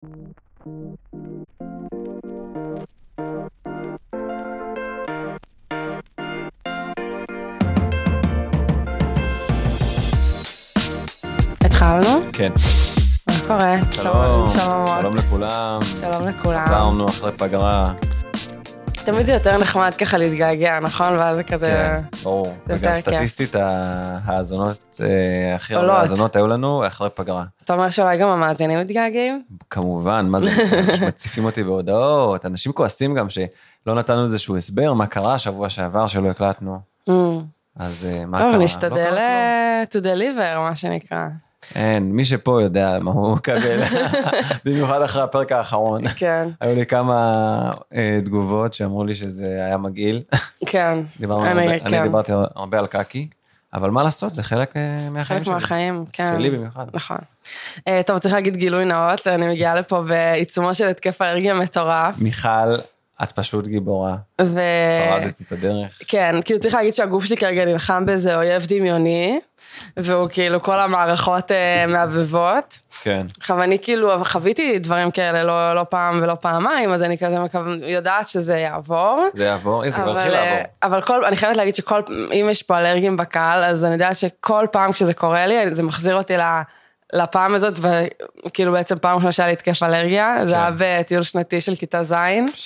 התחלנו? כן. מה קורה? שלום. שלום לכולם. שלום לכולם. חזרנו אחרי פגרה. תמיד זה יותר נחמד ככה להתגעגע, נכון? ואז זה כזה... כן, ברור. וגם סטטיסטית ההאזונות, הכי הרבה האזונות היו לנו אחרי פגרה. אתה אומר שאולי גם המאזינים מתגעגעים? כמובן, מה זה? מציפים אותי בהודעות, אנשים כועסים גם שלא נתנו איזשהו הסבר, מה קרה שבוע שעבר שלא הקלטנו. אז מה קרה? טוב, נשתדל to deliver, מה שנקרא. אין, מי שפה יודע מה הוא מקבל, במיוחד אחרי הפרק האחרון. כן. היו לי כמה תגובות שאמרו לי שזה היה מגעיל. כן. אני דיברתי הרבה על קקי, אבל מה לעשות, זה חלק מהחיים שלי. חלק מהחיים, כן. שלי במיוחד. נכון. טוב, צריך להגיד גילוי נאות, אני מגיעה לפה בעיצומו של התקף אלרגיה מטורף. מיכל, את פשוט גיבורה. שרדת את הדרך. כן, כאילו צריך להגיד שהגוף שלי כרגע נלחם באיזה אויב דמיוני, והוא כאילו כל המערכות מעבבות. כן. עכשיו אני כאילו חוויתי דברים כאלה לא פעם ולא פעמיים, אז אני כזה יודעת שזה יעבור. זה יעבור? זה כבר התחיל לעבור. אבל אני חייבת להגיד אם יש פה אלרגים בקהל, אז אני יודעת שכל פעם כשזה קורה לי, זה מחזיר אותי לפעם הזאת, וכאילו בעצם פעם ראשונה שהיה לי התקף אלרגיה, זה היה בטיול שנתי של כיתה ז',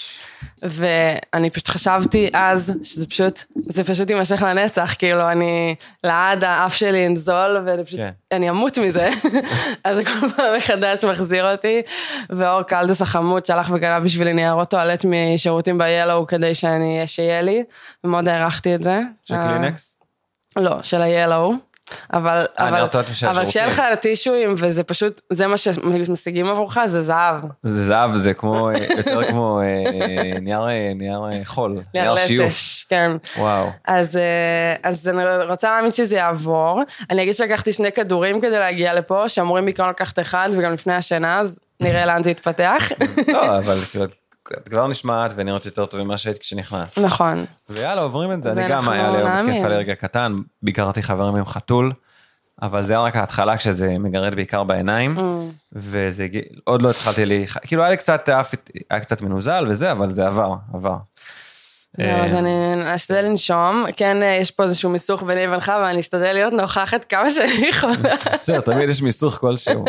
ואני פשוט חשבתי אז, שזה פשוט יימשך לנצח, כאילו אני לעד האף שלי ינזול, ואני אמות מזה, אז כל פעם מחדש מחזיר אותי, ואור קלדס החמוד שהלך וגנב בשבילי ניירות טואלט משירותים ב-Yellow, כדי שיהיה לי, ומאוד הערכתי את זה. של קלינקס? לא, של ה-Yellow. אבל כשיהיה לך טישויים, וזה פשוט, זה מה שמשיגים עבורך, זה זהב. זה זהב, זה כמו, יותר כמו נייר חול, נייר שיוף. כן. וואו. אז אני רוצה להאמין שזה יעבור. אני אגיד שלקחתי 2 כדורים כדי להגיע לפה, שאמורים בעיקרון לקחת 1, וגם לפני השינה, אז נראה לאן זה יתפתח. לא, אבל כאילו, את כבר נשמעת ונראות יותר טוב ממה שהיית כשנכנס. נכון. ויאללה, עוברים את זה. אני גם היה לי התקף אלרגיה קטן, ביקרתי חברים עם חתול, אבל זה היה רק ההתחלה כשזה מגרד בעיקר בעיניים, וזה עוד לא התחלתי לי, כאילו היה קצת מנוזל וזה, אבל זה עבר. זהו, אז אני אשתדל לנשום, כן, יש פה איזשהו מיסוך ביני ובינך, ואני אשתדל להיות נוכחת כמה שאני יכולה. בסדר, תמיד יש מיסוך כלשהו.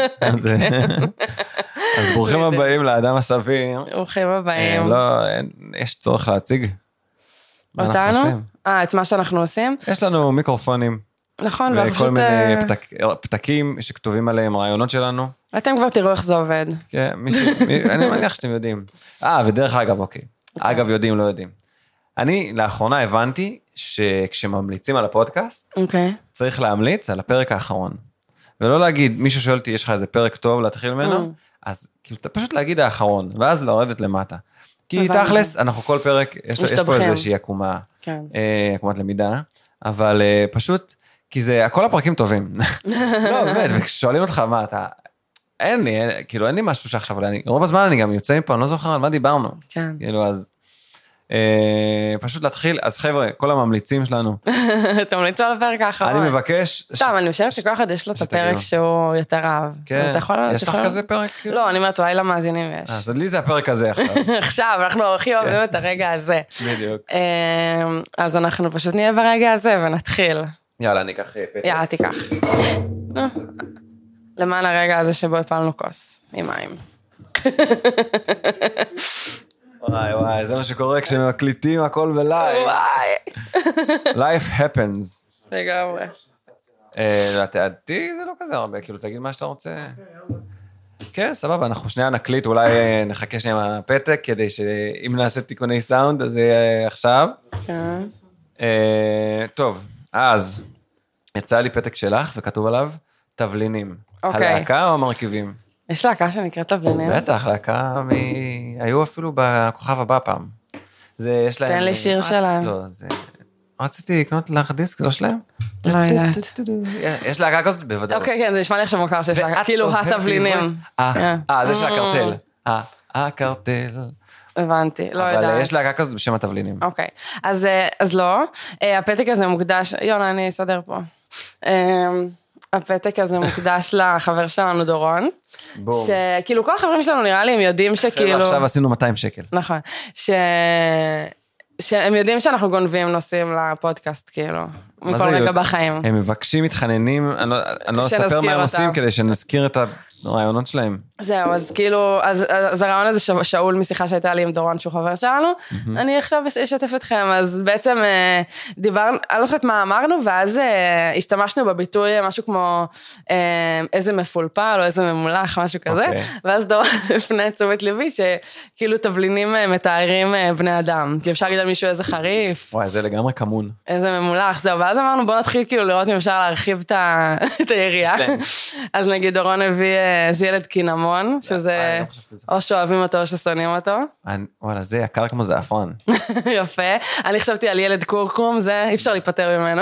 אז ברוכים הבאים לאדם הסביר. ברוכים הבאים. לא, יש צורך להציג. אותנו? את מה שאנחנו עושים? יש לנו מיקרופונים. נכון, וכל מיני פתקים שכתובים עליהם רעיונות שלנו. אתם כבר תראו איך זה עובד. כן, אני מניח שאתם יודעים. ודרך אגב, אוקיי. אגב, יודעים, לא יודעים. אני לאחרונה הבנתי שכשממליצים על הפודקאסט, צריך להמליץ על הפרק האחרון. ולא להגיד, מישהו שואל אותי, יש לך איזה פרק טוב להתחיל ממנו? אז כאילו, פשוט להגיד האחרון, ואז לרדת למטה. כי תכלס, אנחנו כל פרק, יש פה איזושהי עקומה, עקומת למידה, אבל פשוט, כי זה, כל הפרקים טובים. לא, באמת, וכששואלים אותך מה אתה, אין לי משהו שעכשיו, רוב הזמן אני גם יוצא מפה, אני לא זוכר על מה דיברנו. כן. כאילו, אז פשוט להתחיל, אז חבר'ה, כל הממליצים שלנו. תמליצו על הפרק האחרון. אני מבקש... סתם, אני חושבת שכל אחד יש לו את הפרק שהוא יותר אהב. כן, יש לך כזה פרק? לא, אני אומרת, אולי למאזינים יש. אז לי זה הפרק הזה עכשיו. עכשיו, אנחנו הכי אוהבים את הרגע הזה. בדיוק. אז אנחנו פשוט נהיה ברגע הזה ונתחיל. יאללה, אני אקח פתק. יאללה, תיקח. למען הרגע הזה שבו הפלנו כוס עם מים. וואי, זה מה שקורה כשמקליטים הכל בלייב. וואי. Life happens. לגמרי. לדעתי זה לא כזה הרבה, כאילו תגיד מה שאתה רוצה. כן, סבבה, אנחנו שנייה נקליט, אולי נחכה שנייה מהפתק, כדי שאם נעשה תיקוני סאונד, אז זה יהיה עכשיו. כן. טוב, אז יצא לי פתק שלך וכתוב עליו תבלינים. אוקיי. הלהקה או המרכיבים? יש להקה שנקראת תבלינים? בטח, להקה היו אפילו בכוכב הבא פעם. תן לי שיר שלהם. לא, זה... רציתי לקנות לך דיסק, זה לא שלהם? לא יודעת. יש להקה כזאת בוודאות. אוקיי, כן, זה נשמע לי עכשיו מוכר שיש להקה, כאילו התבלינים. זה של הקרטל. הקרטל. הבנתי, לא יודעת. אבל יש להקה כזאת בשם התבלינים. אוקיי, אז לא. הפתק הזה מוקדש, יונה, אני אסדר פה. הפתק הזה מוקדש לחבר שלנו דורון. שכאילו כל החברים שלנו נראה לי הם יודעים שכאילו... עכשיו עשינו 200 שקל. נכון. שהם יודעים שאנחנו גונבים נושאים לפודקאסט, כאילו. מכל רגע בחיים. הם מבקשים, מתחננים, אני לא אספר מה הם עושים כדי שנזכיר את הרעיונות שלהם. זהו, אז כאילו, אז הרעיון הזה שאול משיחה שהייתה לי עם דורון שהוא חבר שלנו, אני עכשיו אשתף אתכם, אז בעצם דיברנו, אני לא זוכרת מה אמרנו, ואז השתמשנו בביטוי משהו כמו איזה מפולפל או איזה ממולח, משהו כזה, ואז דורון לפני תשומת ליבי, שכאילו תבלינים מתארים בני אדם, כי אפשר להגיד על מישהו איזה חריף. וואי, זה לגמרי כמון. איזה ממולח, זהו, ואז אמרנו בוא נתחיל כאילו לראות אם אפשר להרחיב את היריעה. אז נגיד דורון הביא איזה ילד קינמון, שזה או שאוהבים אותו או ששונאים אותו. וואלה, זה יקר כמו זעפרן. יפה. אני חשבתי על ילד קורקום, זה אי אפשר להיפטר ממנו.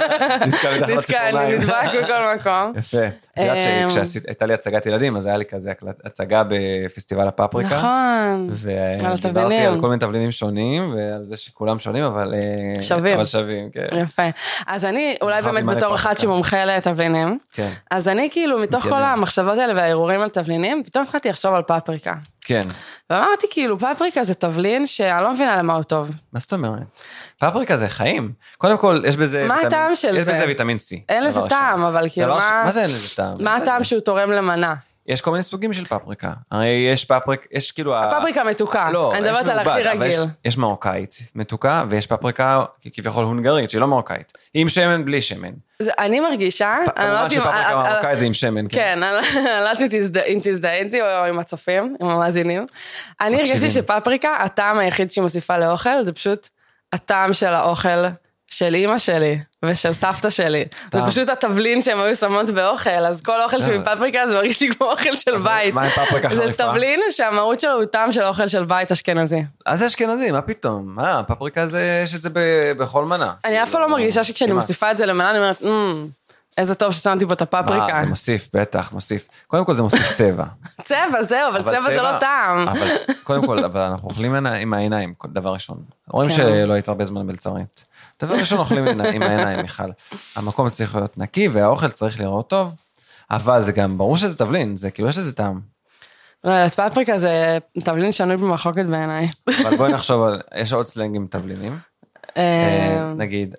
נדבק בכל מקום. יפה. את יודעת שכשהייתה לי הצגת ילדים, אז היה לי כזה הצגה בפסטיבל הפפריקה. נכון. ודיברתי על כל מיני תבלינים שונים, ועל זה שכולם שונים, אבל שווים. יפה. אז אני אולי באמת בתור אחד שמומחה לתבלינים, אז אני כאילו מתוך כל המחשבות האלה והעירורים על תבלינים, פתאום התחלתי לחשוב על פפריקה. כן. ואמרתי כאילו, פפריקה זה תבלין שאני לא מבינה למה הוא טוב. מה זאת אומרת? פפריקה זה חיים. קודם כל, יש בזה... מה הטעם של זה? יש בזה ויטמין C. אין לזה טעם, אבל כאילו מה זה אין לזה טעם? מה הטעם שהוא תורם למנה? יש כל מיני סוגים של פפריקה. הרי יש פפריקה, יש כאילו... הפפריקה מתוקה. לא, אני מדברת על הכי רגיל. יש מרוקאית מתוקה, ויש פפריקה כביכול הונגרית, שהיא לא מרוקאית. עם שמן, בלי שמן. אני מרגישה... כמובן שפפריקה מרוקאית זה עם שמן. כן, אני לא יודעת אם תזדהנתי או עם הצופים, עם המאזינים. אני הרגשתי שפפריקה, הטעם היחיד שהיא מוסיפה לאוכל, זה פשוט הטעם של האוכל של אמא שלי ושל סבתא שלי. זה פשוט התבלין שהם היו שמות באוכל, אז כל אוכל שהוא עם פפריקה זה מרגיש לי כמו אוכל של בית. מה עם פפריקה חריפה? זה תבלין שהמהות שלו הוא טעם של אוכל של בית אשכנזי. אז זה אשכנזי, מה פתאום? פפריקה זה, יש את זה בכל מנה. אני אף פעם לא מרגישה שכשאני מוסיפה את זה למנה, אני אומרת, איזה טוב ששמתי פה את הפפריקה. זה מוסיף, בטח, מוסיף. קודם כל זה מוסיף צבע. צבע, זהו, אבל צבע זה לא טעם. קודם כל, אבל אנחנו אוכלים עם העיניים, דבר ראשון. רואים שלא היית הרבה זמן בלצרית. דבר ראשון אוכלים עם העיניים, מיכל. המקום צריך להיות נקי, והאוכל צריך לראות טוב, אבל זה גם ברור שזה תבלין, זה כאילו יש לזה טעם. לא, פפריקה זה תבלין שנוי במחלוקת בעיניי. אבל בואי נחשוב על, יש עוד סלנג עם תבלינים. נגיד,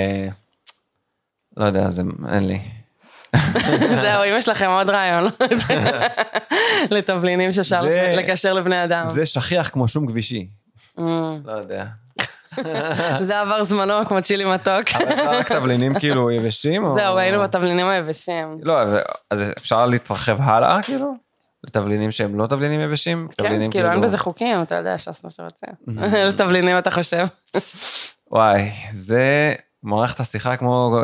לא יודע, זה אין לי. זהו, אם יש לכם עוד רעיון לתבלינים שאפשר לקשר לבני אדם. זה שכיח כמו שום כבישי. לא יודע. זה עבר זמנו כמו צ'ילי מתוק. אבל אפשר רק תבלינים כאילו יבשים? זהו, היינו בתבלינים היבשים. לא, אז אפשר להתרחב הלאה כאילו? לתבלינים שהם לא תבלינים יבשים? כן, כאילו אין בזה חוקים, אתה יודע שעשנו שרוצה. לתבלינים אתה חושב. וואי, זה מערכת השיחה כמו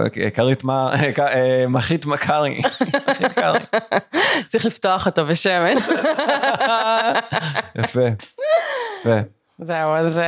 מחית מקרי. מחית קרי. צריך לפתוח אותו בשמן. יפה, יפה. זהו, אז...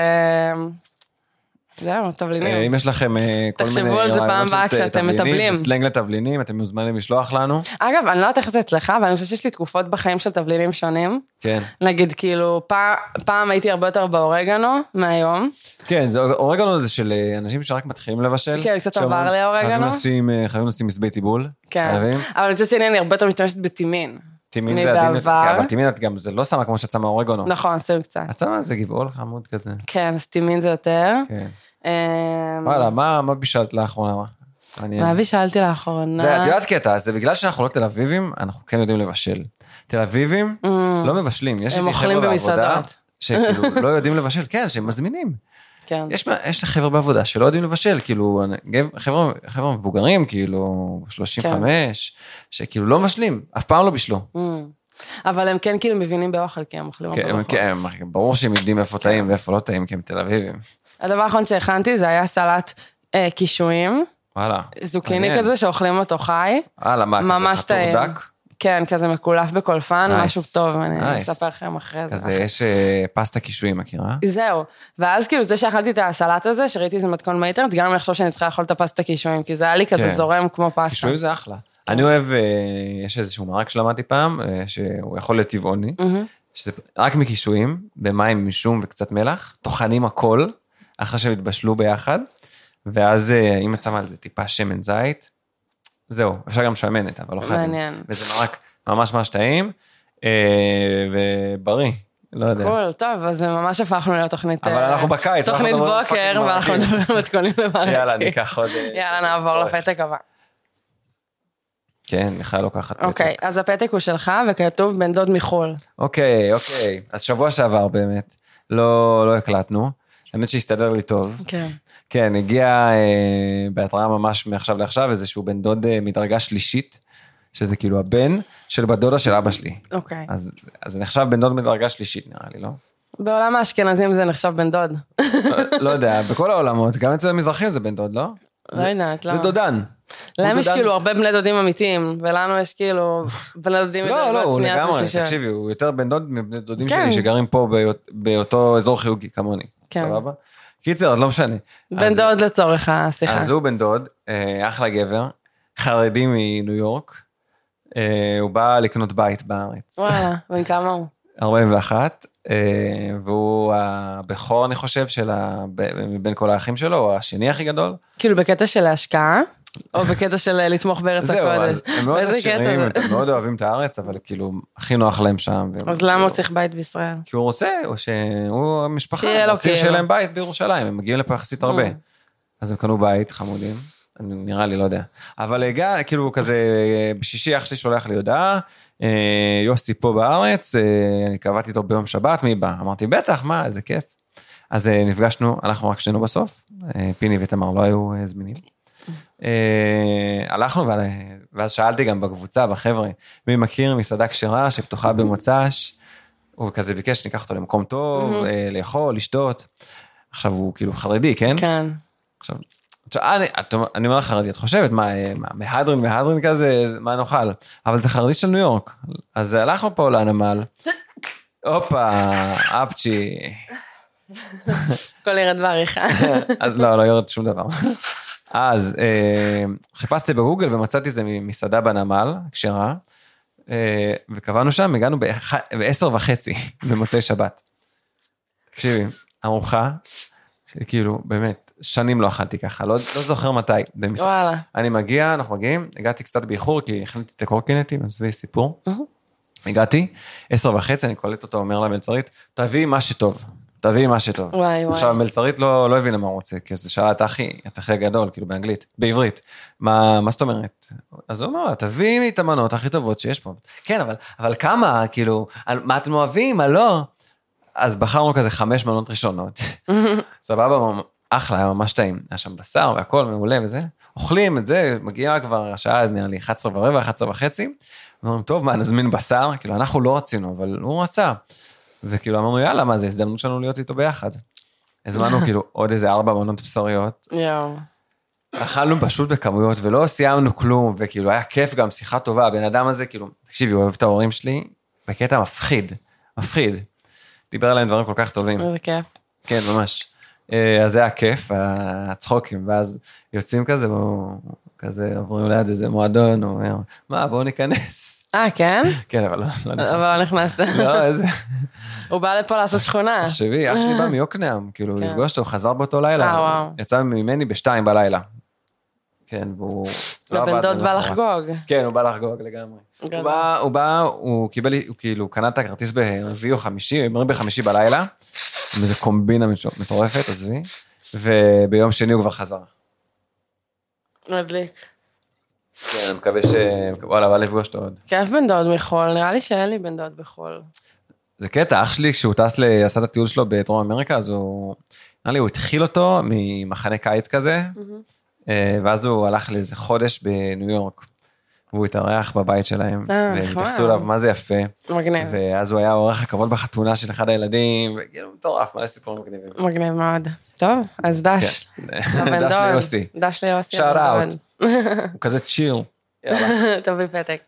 זהו, תבלינים. אם יש לכם כל מיני... תחשבו על זה פעם הבאה כשאתם מטבלים. סלנג לתבלינים, אתם מוזמנים לשלוח לנו. אגב, אני לא יודעת איך זה אצלך, אבל אני חושבת שיש לי תקופות בחיים של תבלינים שונים. כן. נגיד, כאילו, פעם הייתי הרבה יותר באורגנו מהיום. כן, אורגנו זה של אנשים שרק מתחילים לבשל. כן, קצת עבר לי אורגנו. חייבים לשים מסבי טיבול. כן. אבל אני חושבת שאני הרבה יותר משתמשת בטימין. טימין זה עדין, אבל טימין את גם, זה לא שמה כמו שאת שמה אורגנו. נכון, שים קצת. את שמה זה גבעול חמוד כזה. כן, אז טימין זה יותר. כן. וואלה, מה בישלת לאחרונה? מה בישלתי לאחרונה? את יודעת קטע, זה בגלל שאנחנו לא תל אביבים, אנחנו כן יודעים לבשל. תל אביבים לא מבשלים. הם אוכלים במסעדות. שכאילו לא יודעים לבשל, כן, שהם מזמינים. כן. יש לחבר'ה בעבודה שלא יודעים לבשל, כאילו, חבר'ה מבוגרים, כאילו, 35, שכאילו לא מבשלים, אף פעם לא בישלו. אבל הם כן כאילו מבינים באוכל, כי הם אוכלים הרבה בחוץ. כן, ברור שהם יודעים איפה טעים ואיפה לא טעים, כי הם תל אביבים. הדבר האחרון שהכנתי זה היה סלט קישואים. וואלה. זוקיני כזה שאוכלים אותו חי. וואלה, מה, כזה חתוך דק? כן, כזה מקולף בקולפן, משהו טוב, אני אספר לכם אחרי זה. כזה יש פסטה קישואים, מכירה? זהו, ואז כאילו זה שאכלתי את הסלט הזה, שראיתי איזה מתכון מאינטרנט, גם אני חושב שאני צריכה לאכול את הפסטה קישואים, כי זה היה לי כזה זורם כמו פסטה. קישואים זה אחלה. אני אוהב, יש איזשהו מרק שלמדתי פעם, שהוא יכול להיות טבעוני, שזה רק מקישואים, במים משום וקצת מלח, טוחנים הכל, אחרי שהם התבשלו ביחד, ואז אם את שמה על זה טיפה שמן זית, זהו, אפשר גם שמנת, אבל לא חייבים. מעניין. וזה מרק ממש ממש טעים, ובריא, לא יודע. קול, טוב, אז ממש הפכנו להיות תוכנית... אבל אנחנו בקיץ. תוכנית בוקר, ואנחנו מדברים מתכונים למרקים. יאללה, ניקח עוד... יאללה, נעבור לפתק הבא. כן, בכלל לוקחת פתק. אוקיי, אז הפתק הוא שלך, וכתוב בן דוד מחול. אוקיי. אז שבוע שעבר באמת, לא הקלטנו. האמת שהסתדר לי טוב. כן. כן, הגיע בהתראה ממש מעכשיו לעכשיו, איזשהו בן דוד מדרגה שלישית, שזה כאילו הבן של בת דודה של אבא שלי. אוקיי. אז זה נחשב בן דוד מדרגה שלישית, נראה לי, לא? בעולם האשכנזים זה נחשב בן דוד. לא יודע, בכל העולמות, גם אצל המזרחים זה בן דוד, לא? לא יודעת, לא. זה דודן. להם יש כאילו הרבה בני דודים אמיתיים, ולנו יש כאילו בני דודים לא, הוא שנייה לגמרי, ושלישית. תקשיבי, הוא יותר בן דוד מבני דודים שלי שגרים פה באותו אזור חיוגי, כמוני. סבבה? קיצר, אז לא משנה. בן דוד לצורך השיחה. אז הוא בן דוד, אחלה גבר, חרדי מניו יורק, הוא בא לקנות בית בארץ. וואלה, בן כמה הוא? 41, והוא הבכור, אני חושב, מבין כל האחים שלו, הוא השני הכי גדול. כאילו בקטע של ההשקעה, או בקטע של לתמוך בארץ הקודש? זהו, אז הם מאוד עשירים, הם מאוד אוהבים את הארץ, אבל כאילו, הכי נוח להם שם. אז למה הוא צריך בית בישראל? כי הוא רוצה, או שהוא המשפחה, הם רוצים שיהיה להם בית בירושלים, הם מגיעים לפה יחסית הרבה. אז הם קנו בית, חמודים, נראה לי, לא יודע. אבל הגע, כאילו כזה, בשישי אח שלי שולח לי הודעה, יוסי פה בארץ, אני קבעתי איתו ביום שבת, מי בא? אמרתי, בטח, מה, איזה כיף. אז נפגשנו, אנחנו רק שנינו בסוף, פיני ותמר לא היו זמינים. הלכנו, ואז שאלתי גם בקבוצה, בחבר'ה, מי מכיר מסעדה כשרה שפתוחה במוצ"ש, הוא כזה ביקש שניקח אותו למקום טוב, לאכול, לשתות. עכשיו הוא כאילו חרדי, כן? כן. עכשיו, אני אומר לך חרדי, את חושבת, מה, מהדרין כזה, מה נאכל? אבל זה חרדי של ניו יורק. אז הלכנו פה לנמל, הופה, אפצ'י. הכל ירד בעריכה. אז לא ירד שום דבר. אז חיפשתי בגוגל ומצאתי איזה מסעדה בנמל, כשרה, וקבענו שם, הגענו ב10:30 במוצאי שבת. תקשיבי, ארוחה, כאילו, באמת, שנים לא אכלתי ככה, לא זוכר מתי. וואלה. אנחנו מגיעים, הגעתי קצת באיחור, כי הכנתי את הקורקינטים, אז זה סיפור. הגעתי, 10:30, אני קולט אותו, אומר למלצרית, תביאי מה שטוב. עכשיו, המלצרית לא הבינה מה הוא רוצה, כי זה שאלה את הכי הגדול, כאילו באנגלית, בעברית. מה זאת אומרת? אז הוא אומר לה, תביאי את המנות הכי טובות שיש פה. כן, אבל כמה, כאילו, מה אתם אוהבים, מה לא? אז בחרנו כזה 5 מנות ראשונות. סבבה, אחלה, היה ממש טעים. היה שם בשר והכל מעולה וזה. אוכלים את זה, מגיעה כבר השעה, נראה לי 11:15, 11:30. אמרנו, טוב, מה, נזמין בשר? כאילו, אנחנו לא רצינו, אבל הוא רצה. וכאילו, אמרנו, יאללה, מה זה, הזדמנות שלנו להיות איתו ביחד. הזמנו כאילו עוד איזה 4 מנות בשריות. יאו. אכלנו פשוט בכמויות, ולא סיימנו כלום, וכאילו, היה כיף גם, שיחה טובה. הבן אדם הזה, כאילו, תקשיבי, הוא אוהב את ההורים שלי, בקטע מפחיד. דיבר עליהם דברים כל כך טובים. איזה כיף. כן, ממש. אז זה היה כיף, הצחוקים, ואז יוצאים כזה, כזה עוברים ליד איזה מועדון, הוא אומר, מה, בואו ניכנס. כן? כן, אבל לא נכנסת. אבל לא נכנסת. לא, איזה... הוא בא לפה לעשות שכונה. תחשבי, אח שלי בא מיוקנעם, כאילו, לפגוש אותו, הוא חזר באותו לילה, יצא ממני ב2 בלילה. כן, והוא... לבן דוד בא לחגוג. כן, הוא בא לחגוג לגמרי. הוא בא, הוא כאילו קנה את הכרטיס ברביעי או חמישי, אומרים בחמישי בלילה, עם איזה קומבינה מטורפת, עזבי, וביום שני הוא כבר חזר. מדליק. כן, אני מקווה וואלה, בא לפגוש אותו עוד. כיף בן דוד מחול, נראה לי שאין לי בן דוד בחול. זה קטע, אח שלי, כשהוא טס לעשות הטיול שלו בדרום אמריקה, אז הוא, נראה לי, הוא התחיל אותו ממחנה קיץ כזה, ואז הוא הלך לאיזה חודש בניו יורק, והוא התארח בבית שלהם, והם התייחסו אליו, מה זה יפה. מגניב. ואז הוא היה אורח הכבוד בחתונה של אחד הילדים, וכאילו מטורף, מלא סיפורים מגניבים. מגניב מאוד. טוב, אז דש. דש ליוסי. דש ליוסי. שאט אאוט. הוא כזה צ'יל. יאללה. תביא פתק.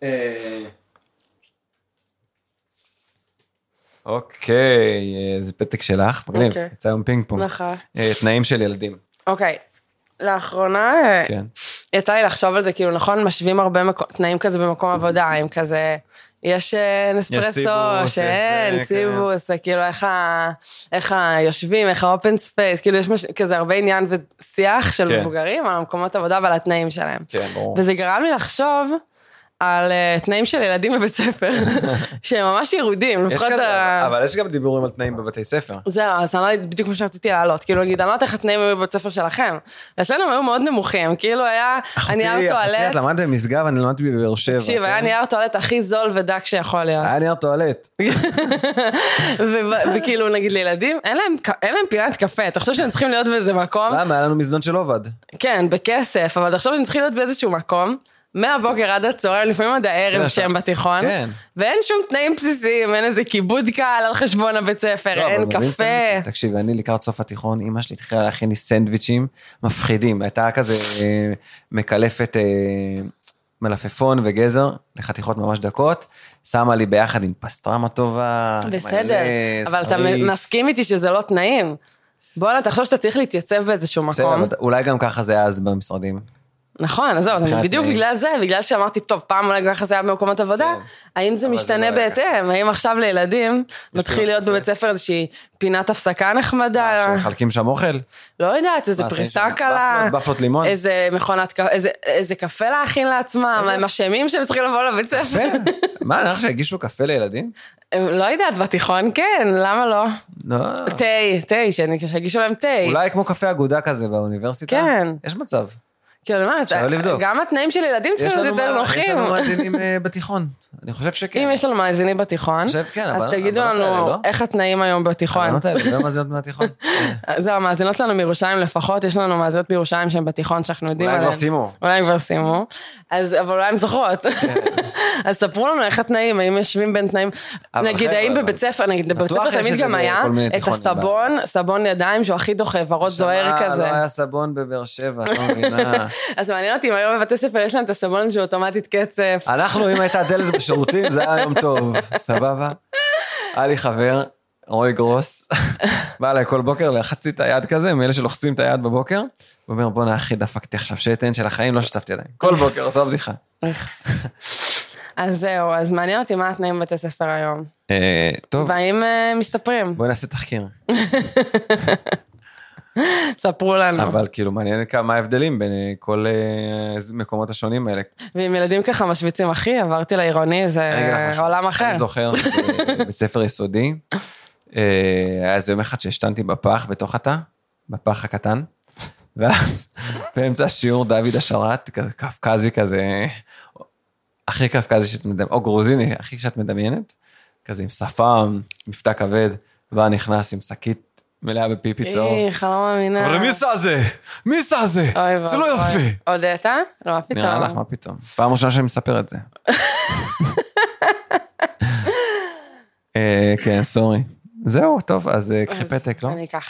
אוקיי, זה פתק שלך, מגניב, יצא היום פינג פונג. נכון. תנאים של ילדים. אוקיי. לאחרונה, יצא לי לחשוב על זה, כאילו נכון, משווים הרבה תנאים כזה במקום עבודה, עם כזה יש נספרסו, שאין, ציבוס, כאילו איך היושבים, איך האופן ספייס, כאילו יש כזה הרבה עניין ושיח של מבוגרים על המקומות עבודה ועל התנאים שלהם. כן, ברור. וזה גרם לי לחשוב על תנאים של ילדים בבית ספר, שהם ממש ירודים. אבל יש גם דיבורים על תנאים בבתי ספר. זהו, אז אני לא יודעת בדיוק מה שרציתי לעלות, כאילו להגיד, אני לא יודעת איך התנאים היו בבית ספר שלכם. אצלנו הם היו מאוד נמוכים, כאילו היה נייר טואלט. אחותי, את למדת במשגב, אני למדתי בבאר שבע. תקשיב, היה נייר טואלט הכי זול ודק שיכול להיות. היה נייר טואלט. וכאילו נגיד לילדים, אין להם פינת קפה, תחשוב שהם צריכים להיות באיזה מקום. למה? היה לנו מזנון של עובד. כן, בכסף, אבל תחשוב שהם צריכים להיות באיזשהו מקום. מהבוקר עד הצהריים, לפעמים עד הערב שהם בתיכון, ואין שום תנאים בסיסיים, אין איזה כיבוד קל על חשבון הבית ספר, אין קפה. תקשיב, אני לקראת סוף התיכון, אמא שלי התחילה להכין לי סנדוויצ'ים מפחידים, הייתה כזה מקלפת מלפפון וגזר, לחתיכות ממש דקות, שמה לי ביחד עם פסטרמה טובה. בסדר, אבל אתה מסכים איתי שזה לא תנאים. בוא תחשוב שאתה צריך להתייצב באיזשהו מקום. אולי גם ככה זה היה אז במשרדים. נכון, אז זהו, בדיוק בגלל זה, בגלל שאמרתי, טוב, פעם אולי ככה זה היה במקומות עבודה, האם זה משתנה בהתאם? האם עכשיו לילדים מתחיל להיות בבית ספר איזושהי פינת הפסקה נחמדה? שחלקים שם אוכל? לא יודעת, איזה פריסה קלה, בפלות לימון? איזה מכונת, איזה קפה להכין לעצמם, הם אשמים שהם צריכים לבוא לבית ספר. מה, אנחנו שהגישו קפה לילדים? לא יודעת, בתיכון כן, למה לא? תה, שהגישו להם תה. אולי כמו קפה אגודה כזה באוניברסיטה? כן. יש מצב. כאילו, גם התנאים של ילדים צריכים להיות יותר נוחים. יש לנו מאזינים בתיכון, אני חושב שכן. אם יש לנו מאזינים בתיכון, אז תגידו לנו איך התנאים היום בתיכון. הבנות האלה, לא מאזינות מהתיכון. זהו, המאזינות לנו מירושלים לפחות, יש לנו מאזינות בירושלים שהן בתיכון, שאנחנו יודעים עליהן. אולי כבר סיימו. אבל אולי הן זוכרות. אז ספרו לנו איך התנאים, האם יושבים בין תנאים, נגיד, האם בבית ספר, נגיד, בבית ספר תמיד גם היה את הסבון, סבון ידיים שהוא הכי דוחה, ורוד זוהר כזה. לא היה סבון בבאר שבע, לא מבינה. אז מעניין אותי, אם היום בבתי ספר יש להם את הסבון הזה שהוא אוטומטית קצף. אנחנו, אם הייתה דלת בשירותים, זה היה יום טוב, סבבה. היה לי חבר, רוי גרוס, בא אליי כל בוקר לחצי את היד כזה, מאלה שלוחצים את היד בבוקר, ואומר, בוא נאחי, דפקתי עכשיו שתן של החיים, לא שטפתי ידיים. כל בוקר, אותו בדיחה. אז זהו, אז מעניין אותי מה התנאים בבתי ספר היום. טוב. והאם מסתפרים? בואי נעשה תחקיר. ספרו לנו. אבל כאילו מעניין כמה ההבדלים בין כל מקומות השונים האלה. ועם ילדים ככה משוויצים, אחי, עברתי לעירוני, זה עולם אחר. אני זוכר, בבית ספר יסודי, היה איזה יום אחד שהשתנתי בפח בתוך התא, בפח הקטן, ואז באמצע השיעור דוד השרת, קפקזי כזה, הכי קפקזי שאת מדמיינת, או גרוזיני, הכי שאת מדמיינת, כזה עם שפם, מבטא כבד, בא נכנס עם שקית, מלאה בפיפי צהוב. איך, אני לא מאמינה. אבל מי עשה זה? מי עשה זה? זה לא יפה. הודעת? לא, מה פתאום. נראה לך, מה פתאום? פעם ראשונה שאני מספר את זה. כן, סורי. זהו, טוב, אז קחי פתק, לא? אני אקח.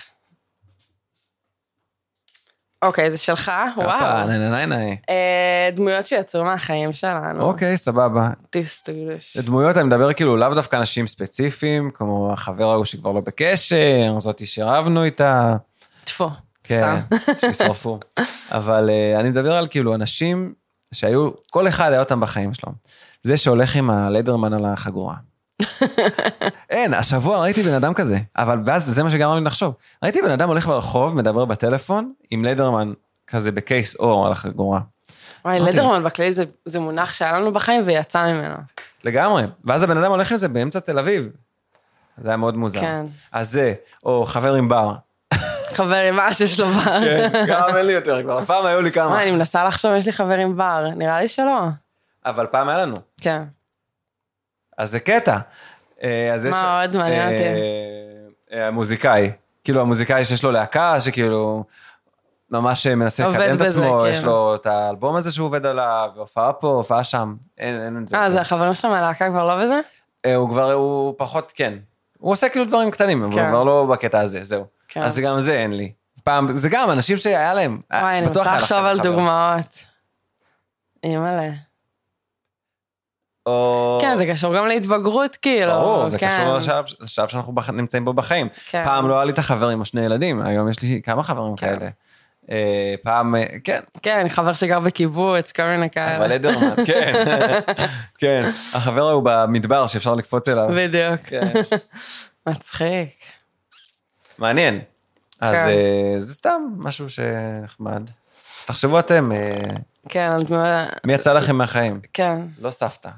אוקיי, זה שלך, וואו. ניי. דמויות שיצאו מהחיים שלנו. אוקיי, סבבה. תסתגלוש. דמויות, אני מדבר כאילו לאו דווקא אנשים ספציפיים, כמו החבר ההוא שכבר לא בקשר, זאתי שרבנו איתה. תפו, כן, שישרפו. אבל אני מדבר על כאילו אנשים שהיו, כל אחד היה אותם בחיים שלו. זה שהולך עם הליידרמן על החגורה. אין, השבוע ראיתי בן אדם כזה, אבל ואז זה מה שגרם לי לחשוב. ראיתי בן אדם הולך ברחוב, מדבר בטלפון, עם ליידרמן כזה בקייס אור על החגורה. וואי, ליידרמן בכלי זה מונח שהיה לנו בחיים ויצא ממנו. לגמרי, ואז הבן אדם הולך עם זה באמצע תל אביב. זה היה מאוד מוזר. כן. אז זה, או חבר עם בר. חבר עם מה שיש לו בר. כן, גם אין לי יותר כבר, פעם היו לי כמה. אני מנסה לחשוב, יש לי חבר עם בר, נראה לי שלא. אבל פעם היה לנו. כן. אז זה קטע. מה עוד מעניין אותי? המוזיקאי, כאילו המוזיקאי שיש לו להקה, שכאילו ממש מנסה לקדם את עצמו, יש לו את האלבום הזה שהוא עובד עליו, והופעה פה, הופעה שם, אין את זה. זה החברים שלך מהלהקה כבר לא בזה? הוא פחות, כן. הוא עושה כאילו דברים קטנים, אבל הוא כבר לא בקטע הזה, זהו. אז גם זה אין לי. פעם, זה גם אנשים שהיה להם. וואי, אני מנסה לחשוב על דוגמאות. אימא'לה. כן, זה קשור גם להתבגרות, כאילו. ברור, זה קשור לשלב שאנחנו נמצאים בו בחיים. פעם לא היה לי את החברים או שני ילדים, היום יש לי כמה חברים כאלה. פעם, כן. כן, חבר שגר בקיבוץ, כל מיני כאלה. אבל לדרמן, כן. כן, החבר הוא במדבר שאפשר לקפוץ אליו. בדיוק. מצחיק. מעניין. אז זה סתם משהו שנחמד. תחשבו אתם. כן. מי יצא לכם מהחיים? כן. לא סבתא.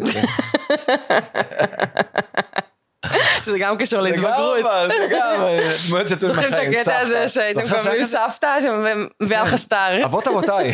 שזה גם קשור להתבגרות. זה גם, דמויות שיצאו מהחיים, סבתא. זוכרים את הקטע הזה שהייתם קוראים סבתא, שמביאה לך שטר. אבות אבותיי.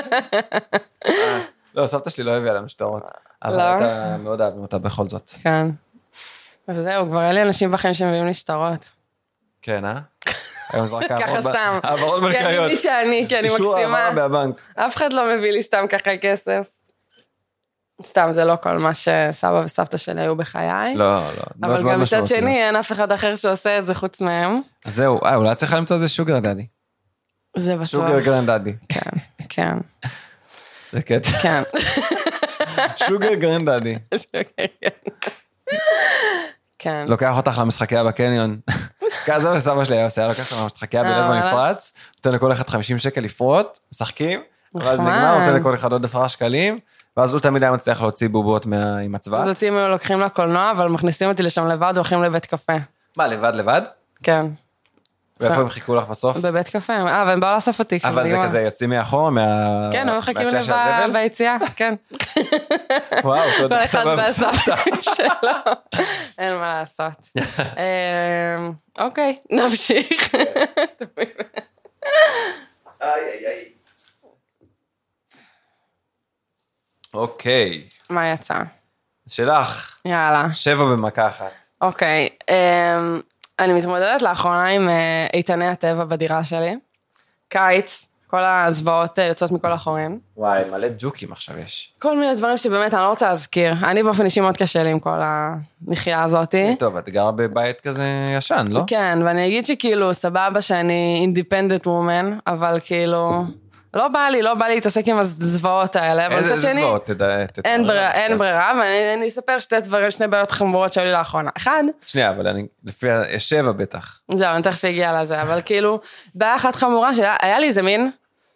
לא, סבתא שלי לא הביאה לנו שטרות. אבל הייתה מאוד אהבנו אותה בכל זאת. כן. אז זהו, כבר אין לי אנשים בחיים שמביאים לי שטרות. כן, היום זה רק ככה סתם. העברות בנקאיות. כן, מי שאני, כי אני מקסימה. אישור העברה מהבנק. אף אחד לא מביא לי סתם ככה כסף. סתם, זה לא כל מה שסבא וסבתא שלי היו בחיי. לא. אבל גם מצד שני, אין אף אחד אחר שעושה את זה חוץ מהם. אז זהו, אולי צריך למצוא איזה שוגר דאדי. זה בטוח. שוגר גרנד דאדי. כן. זה קטע. כן. שוגר גרנד דאדי. כן. לוקח אותך למשחקיה בקניון. כזה מה שסבא שלי היה עושה, לוקח אותך למשחקיה בלב המפרץ, נותן לכל אחד 50 שקל לפרוט, משחקים, ואז נגמר, נותן לכל אחד עוד 10 שקלים, ואז הוא תמיד היה מצליח להוציא בובות עם הצוות. אז אותי הם לוקחים לקולנוע, אבל מכניסים אותי לשם לבד, הולכים לבית קפה. מה, לבד? כן. ואיפה הם חיכו לך בסוף? בבית קפה, והם באו לאסוף אותי. אבל זה כזה יוצאים מאחור, כן, הם מחכים לי ביציאה, כן. וואו, תודה. כל אחד בסבתא שלו. אין מה לעשות. אוקיי, נמשיך. אוקיי. מה יצא? שלך. יאללה. 7 במכה אחת. אוקיי. אני מתמודדת לאחרונה עם איתני הטבע בדירה שלי. קיץ, כל הזוועות יוצאות מכל החורים. וואי, מלא ג'וקים עכשיו יש. כל מיני דברים שבאמת אני לא רוצה להזכיר. אני באופן אישי מאוד קשה לי עם כל המחיה הזאת. טוב, את גרה בבית כזה ישן, לא? כן, ואני אגיד שכאילו, סבבה שאני אינדיפנדנט וומן, אבל כאילו, לא בא לי להתעסק עם הזוועות האלה. איזה זוועות? אין ברירה, ואני אספר שני בעיות חמורות שהיו לי לאחרונה. אחד. שנייה, אבל אני, לפי 7 בטח. זהו, אני תכף אגיע לזה, אבל כאילו, בעיה אחת חמורה שהיה לי איזה מין